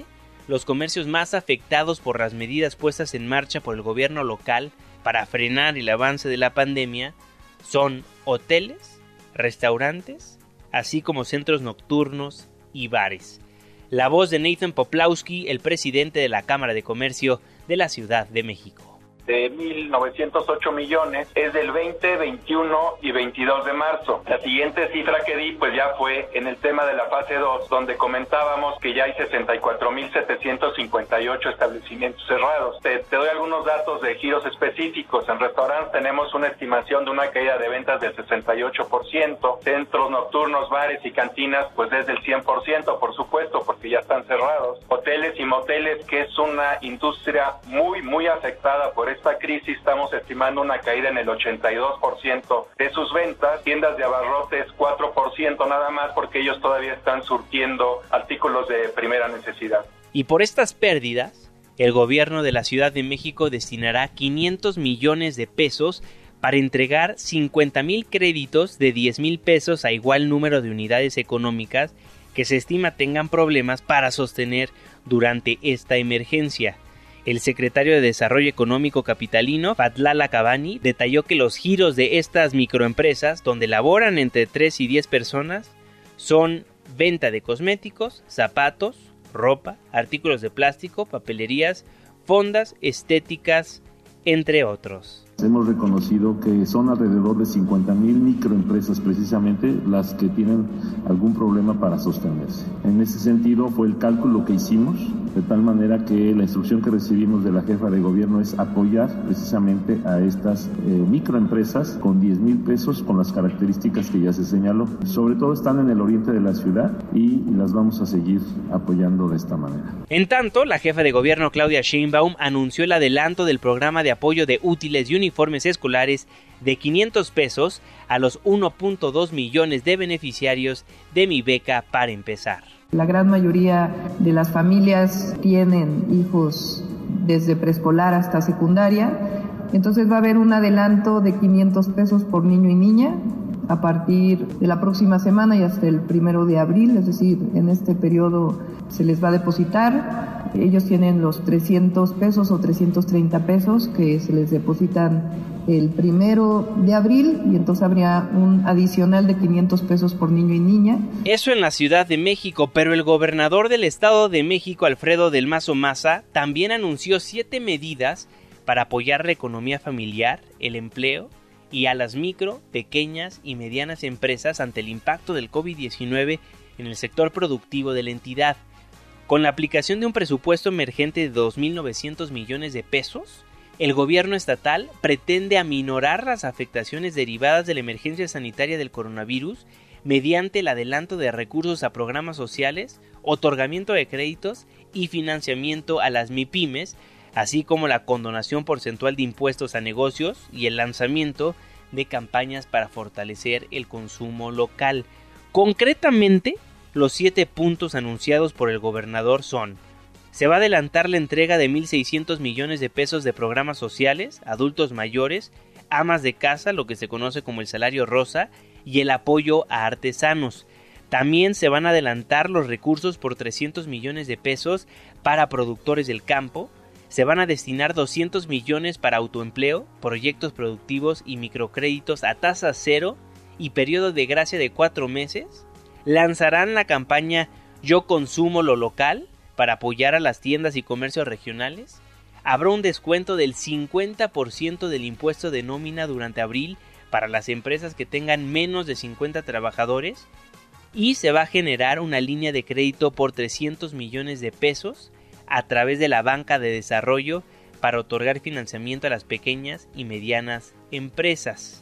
Speaker 2: los comercios más afectados por las medidas puestas en marcha por el gobierno local para frenar el avance de la pandemia son hoteles, restaurantes, así como centros nocturnos y bares. La voz de Nathan Poplawski, el presidente de la Cámara de Comercio de la Ciudad de México.
Speaker 18: De mil novecientos ocho millones es del veinte, veintiuno y veintidós de marzo. La siguiente cifra que di pues ya fue en el tema de la fase dos, donde comentábamos que ya hay sesenta y cuatro mil setecientos cincuenta y ocho establecimientos cerrados. Te, te doy algunos datos de giros específicos. En restaurantes tenemos una estimación de una caída de ventas del sesenta y ocho por ciento. Centros nocturnos, bares y cantinas pues es del cien por ciento, por supuesto, porque ya están cerrados. Hoteles y moteles, que es una industria muy, muy afectada por esta crisis, estamos estimando una caída en el ochenta y dos por ciento de sus ventas. Tiendas de abarrotes cuatro por ciento nada más, porque ellos todavía están surtiendo artículos de primera necesidad.
Speaker 2: Y por estas pérdidas, el gobierno de la Ciudad de México destinará quinientos millones de pesos para entregar cincuenta mil créditos de diez mil pesos a igual número de unidades económicas que se estima tengan problemas para sostener durante esta emergencia. El secretario de Desarrollo Económico Capitalino, Fatlala Cabani, detalló que los giros de estas microempresas, donde laboran entre tres y diez personas, son venta de cosméticos, zapatos, ropa, artículos de plástico, papelerías, fondas, estéticas, entre otros.
Speaker 19: Hemos reconocido que son alrededor de cincuenta mil microempresas precisamente las que tienen algún problema para sostenerse. En ese sentido fue el cálculo que hicimos, de tal manera que la instrucción que recibimos de la jefa de gobierno es apoyar precisamente a estas eh, microempresas con diez mil pesos, con las características que ya se señaló. Sobre todo están en el oriente de la ciudad y las vamos a seguir apoyando de esta manera.
Speaker 2: En tanto, la jefa de gobierno Claudia Sheinbaum anunció el adelanto del programa de apoyo de útiles y uniformes escolares de quinientos pesos a los uno punto dos millones de beneficiarios de Mi Beca para Empezar.
Speaker 12: La gran mayoría de las familias tienen hijos desde preescolar hasta secundaria, entonces va a haber un adelanto de quinientos pesos por niño y niña a partir de la próxima semana y hasta el primero de abril, es decir, en este periodo se les va a depositar. Ellos tienen los trescientos pesos o trescientos treinta pesos que se les depositan el primero de abril y entonces habría un adicional de quinientos pesos por niño y niña.
Speaker 2: Eso en la Ciudad de México, pero el gobernador del Estado de México, Alfredo del Mazo Maza, también anunció siete medidas para apoyar la economía familiar, el empleo y a las micro, pequeñas y medianas empresas ante el impacto del COVID diecinueve en el sector productivo de la entidad. Con la aplicación de un presupuesto emergente de dos mil novecientos millones de pesos, el gobierno estatal pretende aminorar las afectaciones derivadas de la emergencia sanitaria del coronavirus mediante el adelanto de recursos a programas sociales, otorgamiento de créditos y financiamiento a las MIPYMES, así como la condonación porcentual de impuestos a negocios y el lanzamiento de campañas para fortalecer el consumo local. Concretamente, los siete puntos anunciados por el gobernador son: se va a adelantar la entrega de mil seiscientos millones de pesos de programas sociales, adultos mayores, amas de casa, lo que se conoce como el salario rosa, y el apoyo a artesanos. También se van a adelantar los recursos por trescientos millones de pesos para productores del campo. Se van a destinar doscientos millones para autoempleo, proyectos productivos y microcréditos a tasa cero y periodo de gracia de cuatro meses. Lanzarán la campaña Yo Consumo Lo Local para apoyar a las tiendas y comercios regionales. Habrá un descuento del cincuenta por ciento del impuesto de nómina durante abril para las empresas que tengan menos de cincuenta trabajadores. Y se va a generar una línea de crédito por trescientos millones de pesos a través de la banca de desarrollo para otorgar financiamiento a las pequeñas y medianas empresas.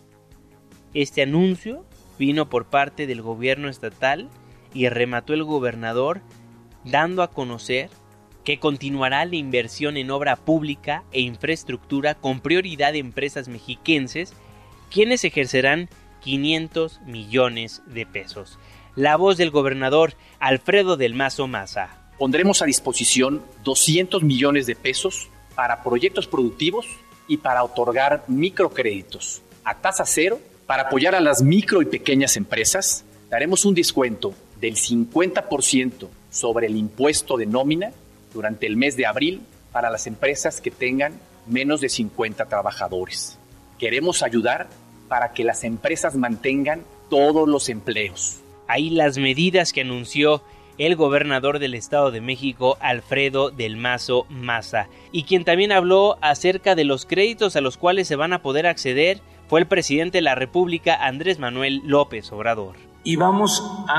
Speaker 2: Este anuncio vino por parte del gobierno estatal y remató el gobernador dando a conocer que continuará la inversión en obra pública e infraestructura con prioridad de empresas mexiquenses, quienes ejercerán quinientos millones de pesos. La voz del gobernador Alfredo del Mazo Maza.
Speaker 20: Pondremos a disposición doscientos millones de pesos para proyectos productivos y para otorgar microcréditos a tasa cero para apoyar a las micro y pequeñas empresas. Daremos un descuento del cincuenta por ciento sobre el impuesto de nómina durante el mes de abril para las empresas que tengan menos de cincuenta trabajadores. Queremos ayudar para que las empresas mantengan todos los empleos.
Speaker 2: Ahí las medidas que anunció el gobernador del Estado de México, Alfredo del Mazo Maza, y quien también habló acerca de los créditos a los cuales se van a poder acceder fue el presidente de la República, Andrés Manuel López Obrador.
Speaker 15: Y vamos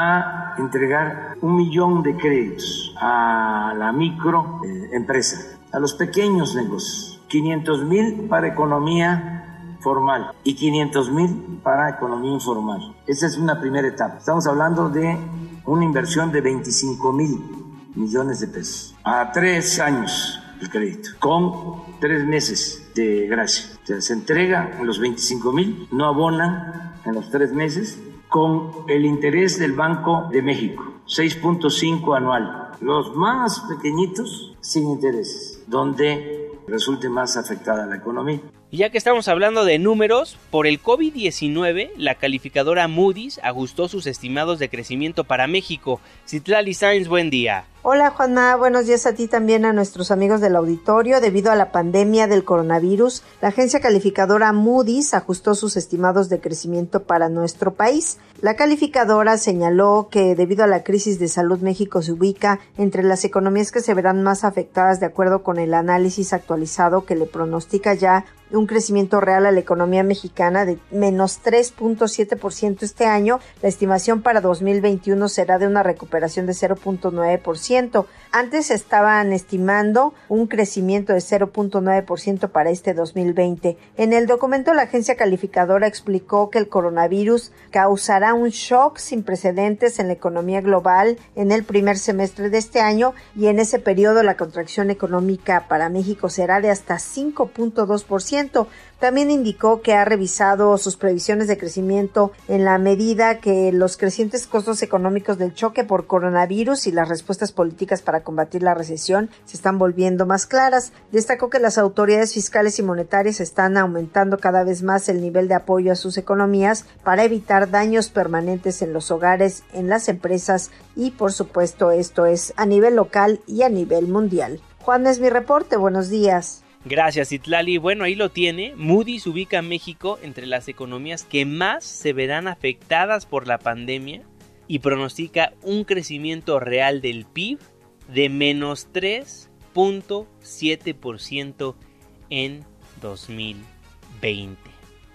Speaker 15: a entregar un millón de créditos a la microempresa, eh, a los pequeños negocios, quinientos mil para economía formal y quinientos mil para economía informal. Esa es una primera etapa. Estamos hablando de una inversión de veinticinco mil millones de pesos a tres años el crédito, con tres meses de gracia. O sea, se entrega los veinticinco mil, no abonan en los tres meses, con el interés del Banco de México, seis punto cinco anual. Los más pequeñitos sin intereses, donde resulte más afectada la economía.
Speaker 2: Y ya que estamos hablando de números, por el COVID diecinueve, la calificadora Moody's ajustó sus estimados de crecimiento para México. Citlali Sainz, buen día.
Speaker 21: Hola Juanma, buenos días a ti también, a nuestros amigos del auditorio. Debido a la pandemia del coronavirus, la agencia calificadora Moody's ajustó sus estimados de crecimiento para nuestro país. La calificadora señaló que debido a la crisis de salud, México se ubica entre las economías que se verán más afectadas de acuerdo con el análisis actualizado que le pronostica ya un crecimiento real a la economía mexicana de menos tres punto siete por ciento este año. La estimación para dos mil veintiuno será de una recuperación de cero punto nueve por ciento. Antes estaban estimando un crecimiento de cero punto nueve por ciento para este dos mil veinte. En el documento, la agencia calificadora explicó que el coronavirus causará un shock sin precedentes en la economía global en el primer semestre de este año, y en ese periodo la contracción económica para México será de hasta cinco punto dos por ciento. También indicó que ha revisado sus previsiones de crecimiento en la medida que los crecientes costos económicos del choque por coronavirus y las respuestas políticas para combatir la recesión se están volviendo más claras. Destacó que las autoridades fiscales y monetarias están aumentando cada vez más el nivel de apoyo a sus economías para evitar daños permanentes en los hogares, en las empresas y, por supuesto, esto es a nivel local y a nivel mundial. Juan, es mi reporte. Buenos días.
Speaker 2: Gracias, Citlali. Bueno, ahí lo tiene. Moody's ubica a México entre las economías que más se verán afectadas por la pandemia y pronostica un crecimiento real del P I B de menos tres punto siete por ciento en dos mil veinte.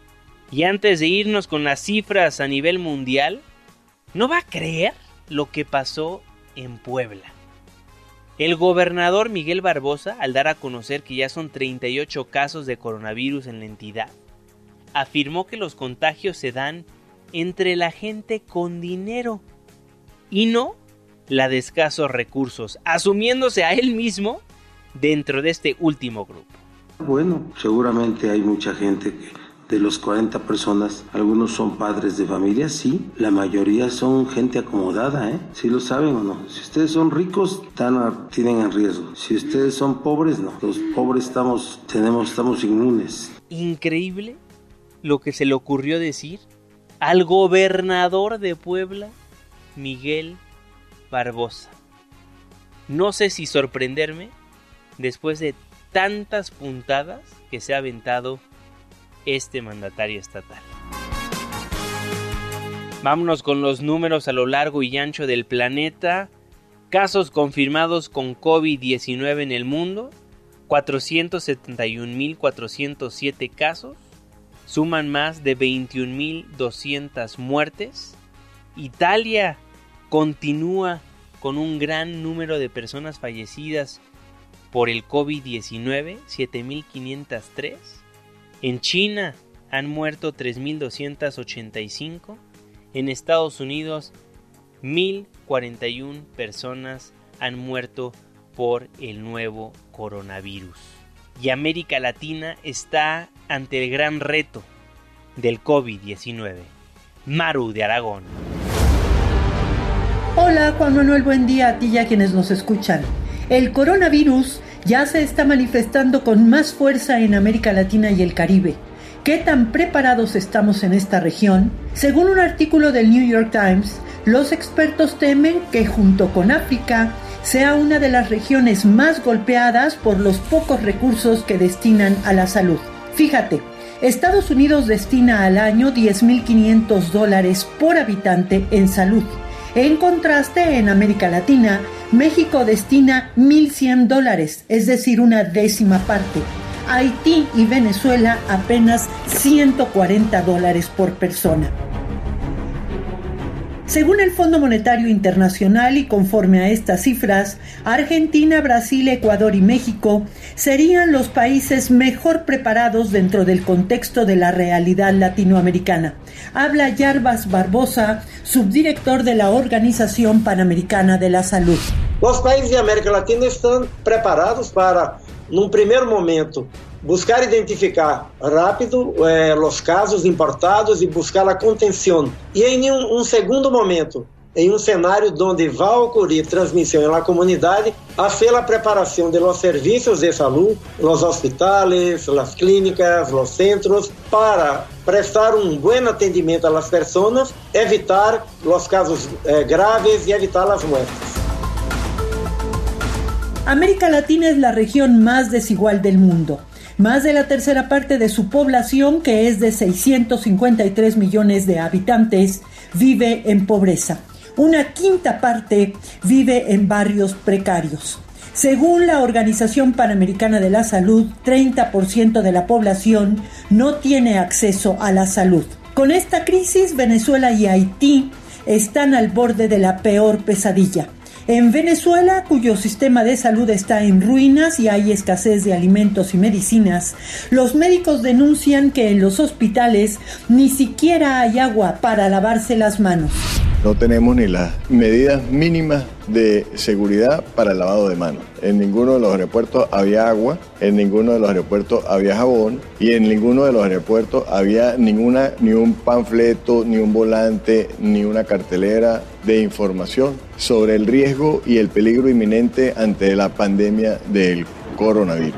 Speaker 2: Y antes de irnos con las cifras a nivel mundial, ¿no va a creer lo que pasó en Puebla? El gobernador Miguel Barbosa, al dar a conocer que ya son treinta y ocho casos de coronavirus en la entidad, afirmó que los contagios se dan entre la gente con dinero y no la de escasos recursos, asumiéndose a él mismo dentro de este último grupo.
Speaker 22: Bueno, seguramente hay mucha gente que de los cuarenta personas, algunos son padres de familia, sí, la mayoría son gente acomodada, ¿eh? ¿Sí lo saben o no? Si ustedes son ricos, están a, tienen en riesgo. Si ustedes son pobres, no. Los pobres estamos, tenemos, estamos inmunes.
Speaker 2: Increíble lo que se le ocurrió decir al gobernador de Puebla, Miguel Barbosa. No sé si sorprenderme después de tantas puntadas que se ha aventado este mandatario estatal. Vámonos con los números a lo largo y ancho del planeta. Casos confirmados con COVID diecinueve en el mundo, cuatrocientos setenta y un mil cuatrocientos siete casos, suman más de veintiún mil doscientas muertes. Italia continúa con un gran número de personas fallecidas por el COVID diecinueve, siete mil quinientos tres. En China han muerto tres mil doscientos ochenta y cinco. En Estados Unidos, mil cuarenta y una personas han muerto por el nuevo coronavirus. Y América Latina está ante el gran reto del COVID diecinueve. Maru de Aragón.
Speaker 23: Hola Juan Manuel, buen día a ti y a quienes nos escuchan. El coronavirus ya se está manifestando con más fuerza en América Latina y el Caribe. ¿Qué tan preparados estamos en esta región? Según un artículo del New York Times, los expertos temen que junto con África sea una de las regiones más golpeadas por los pocos recursos que destinan a la salud. Fíjate, Estados Unidos destina al año diez mil quinientos dólares por habitante en salud. En contraste, en América Latina, México destina mil cien dólares, es decir, una décima parte. Haití y Venezuela apenas ciento cuarenta dólares por persona. Según el Fondo Monetario Internacional y conforme a estas cifras, Argentina, Brasil, Ecuador y México serían los países mejor preparados dentro del contexto de la realidad latinoamericana. Habla Yarbas Barbosa, subdirector de la Organización Panamericana de la Salud.
Speaker 3: Los países de América Latina están preparados para, en un primer momento, buscar identificar rápido eh, los casos importados y buscar la contención. Y en un, un segundo momento, en un cenário donde va a ocurrir transmisión en la comunidad, hacer la preparación de los servicios de salud, los hospitales, las clínicas, los centros, para prestar un buen atendimiento a las personas, evitar los casos eh, graves y evitar las muertes.
Speaker 23: América Latina es la región más desigual del mundo. Más de la tercera parte de su población, que es de seiscientos cincuenta y tres millones de habitantes, vive en pobreza. Una quinta parte vive en barrios precarios. Según la Organización Panamericana de la Salud, treinta por ciento de la población no tiene acceso a la salud. Con esta crisis, Venezuela y Haití están al borde de la peor pesadilla. En Venezuela, cuyo sistema de salud está en ruinas y hay escasez de alimentos y medicinas, los médicos denuncian que en los hospitales ni siquiera hay agua para lavarse las manos.
Speaker 4: No tenemos ni las medidas mínimas de seguridad para el lavado de manos. En ninguno de los aeropuertos había agua, en ninguno de los aeropuertos había jabón y en ninguno de los aeropuertos había ninguna, ni un panfleto, ni un volante, ni una cartelera de información sobre el riesgo y el peligro inminente ante la pandemia del coronavirus.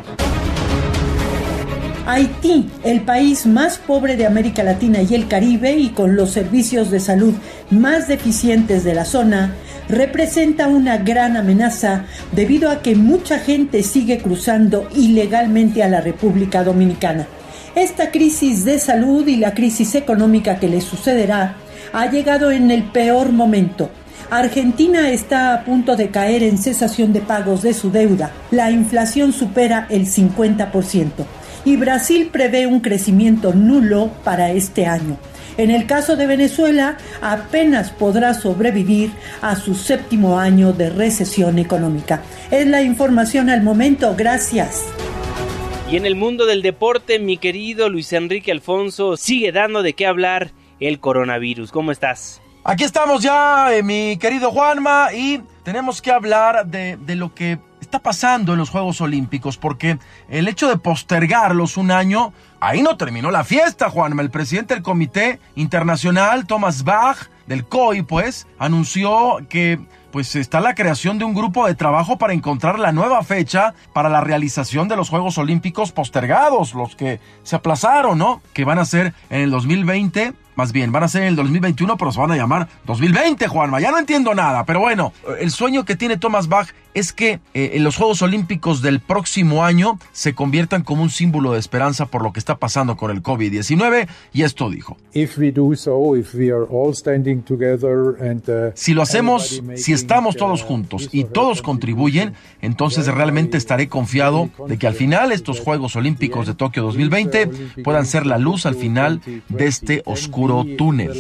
Speaker 23: Haití, el país más pobre de América Latina y el Caribe y con los servicios de salud más deficientes de la zona, representa una gran amenaza debido a que mucha gente sigue cruzando ilegalmente a la República Dominicana. Esta crisis de salud y la crisis económica que le sucederá ha llegado en el peor momento. Argentina está a punto de caer en cesación de pagos de su deuda. La inflación supera el cincuenta por ciento. Y Brasil prevé un crecimiento nulo para este año. En el caso de Venezuela, apenas podrá sobrevivir a su séptimo año de recesión económica. Es la información al momento. Gracias.
Speaker 2: Y en el mundo del deporte, mi querido Luis Enrique Alfonso, sigue dando de qué hablar el coronavirus. ¿Cómo estás?
Speaker 9: Aquí estamos ya, eh, mi querido Juanma, y tenemos que hablar de, de lo que está pasando en los Juegos Olímpicos, porque el hecho de postergarlos un año, ahí no terminó la fiesta, Juanma. El presidente del Comité Internacional, Thomas Bach, del C O I, pues, anunció que pues está la creación de un grupo de trabajo para encontrar la nueva fecha para la realización de los Juegos Olímpicos postergados, los que se aplazaron, ¿no? Que van a ser en el dos mil veinte, más bien, van a ser en el dos mil veintiuno, pero se van a llamar dos mil veinte, Juanma. Ya no entiendo nada, pero bueno, el sueño que tiene Thomas Bach es que eh, en los Juegos Olímpicos del próximo año se conviertan como un símbolo de esperanza por lo que está pasando con el covid diecinueve, y esto dijo.
Speaker 6: If we do so, if we are all standing together and, uh,
Speaker 9: si lo hacemos, si estamos todos juntos y todos contribuyen, entonces realmente estaré confiado de que al final estos Juegos Olímpicos de Tokio dos mil veinte puedan ser la luz al final de este oscuro túnel.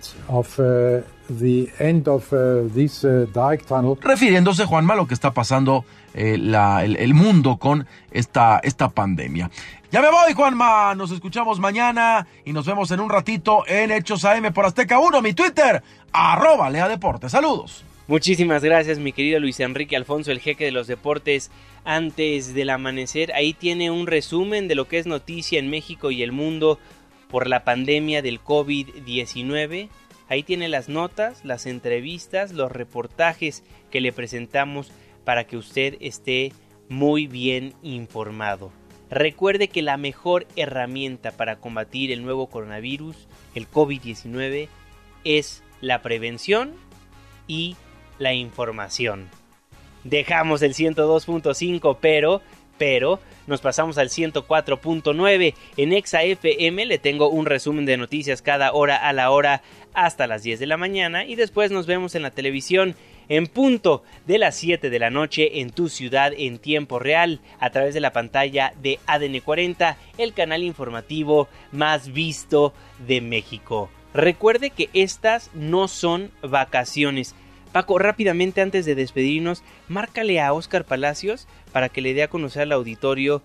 Speaker 6: The end of, uh, this, uh, dark tunnel.
Speaker 9: Refiriéndose, Juanma, a lo que está pasando eh, la, el, el mundo con esta, esta pandemia. Ya me voy, Juanma. Nos escuchamos mañana y nos vemos en un ratito en Hechos A M por Azteca uno, mi Twitter, arroba Lea Deportes. Saludos.
Speaker 2: Muchísimas gracias, mi querido Luis Enrique Alfonso, el jeque de los deportes antes del amanecer. Ahí tiene un resumen de lo que es noticia en México y el mundo por la pandemia del covid diecinueve. Ahí tiene las notas, las entrevistas, los reportajes que le presentamos para que usted esté muy bien informado. Recuerde que la mejor herramienta para combatir el nuevo coronavirus, el covid diecinueve, es la prevención y la información. dejamos el ciento dos punto cinco, pero, pero nos pasamos al ciento cuatro punto nueve. En Exa F M le tengo un resumen de noticias cada hora a la hora hasta las diez de la mañana y después nos vemos en la televisión en punto de las siete de la noche en tu ciudad en tiempo real a través de la pantalla de A D N cuarenta, el canal informativo más visto de México. Recuerde que estas no son vacaciones. Paco, rápidamente antes de despedirnos, márcale a Óscar Palacios para que le dé a conocer al auditorio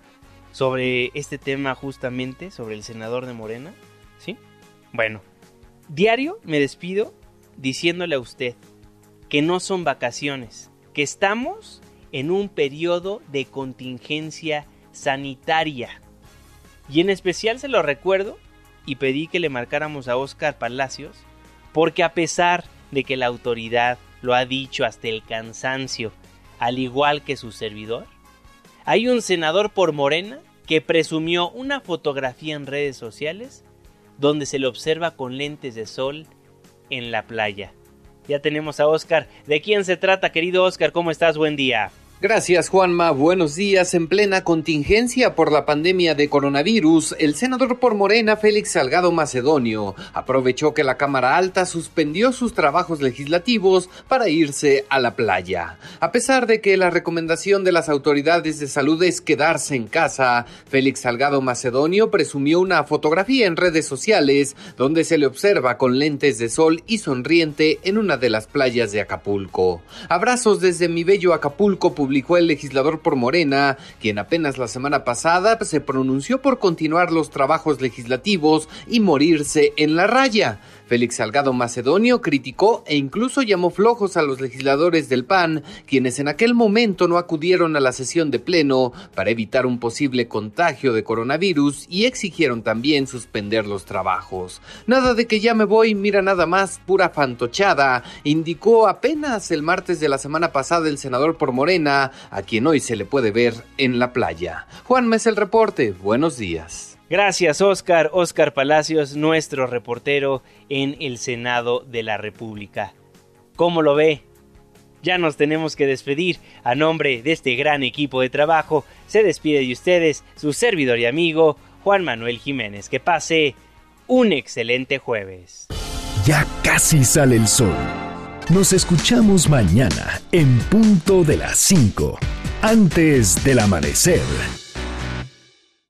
Speaker 2: sobre este tema justamente, sobre el senador de Morena, ¿sí? Bueno, diario me despido diciéndole a usted que no son vacaciones, que estamos en un periodo de contingencia sanitaria. Y en especial se lo recuerdo y pedí que le marcáramos a Óscar Palacios, porque a pesar de que la autoridad lo ha dicho hasta el cansancio, al igual que su servidor, hay un senador por Morena que presumió una fotografía en redes sociales donde se le observa con lentes de sol en la playa. Ya tenemos a Óscar. ¿De quién se trata, querido Óscar? ¿Cómo estás? Buen día.
Speaker 1: Gracias, Juanma. Buenos días. En plena contingencia por la pandemia de coronavirus, el senador por Morena, Félix Salgado Macedonio, aprovechó que la Cámara Alta suspendió sus trabajos legislativos para irse a la playa. A pesar de que la recomendación de las autoridades de salud es quedarse en casa, Félix Salgado Macedonio presumió una fotografía en redes sociales donde se le observa con lentes de sol y sonriente en una de las playas de Acapulco. Abrazos desde mi bello Acapulco, publicó el legislador por Morena, quien apenas la semana pasada se pronunció por continuar los trabajos legislativos y morirse en la raya. Félix Salgado Macedonio criticó e incluso llamó flojos a los legisladores del P A N, quienes en aquel momento no acudieron a la sesión de pleno para evitar un posible contagio de coronavirus y exigieron también suspender los trabajos. Nada de que ya me voy, mira nada más, pura fantochada, indicó apenas el martes de la semana pasada el senador por Morena, a quien hoy se le puede ver en la playa. Juanma es el reporte, buenos días.
Speaker 2: Gracias, Óscar. Óscar Palacios, nuestro reportero en el Senado de la República. ¿Cómo lo ve? Ya nos tenemos que despedir. A nombre de este gran equipo de trabajo, se despide de ustedes su servidor y amigo, Juan Manuel Jiménez. Que pase un excelente jueves.
Speaker 7: Ya casi sale el sol. Nos escuchamos mañana en punto de las cinco, antes del amanecer.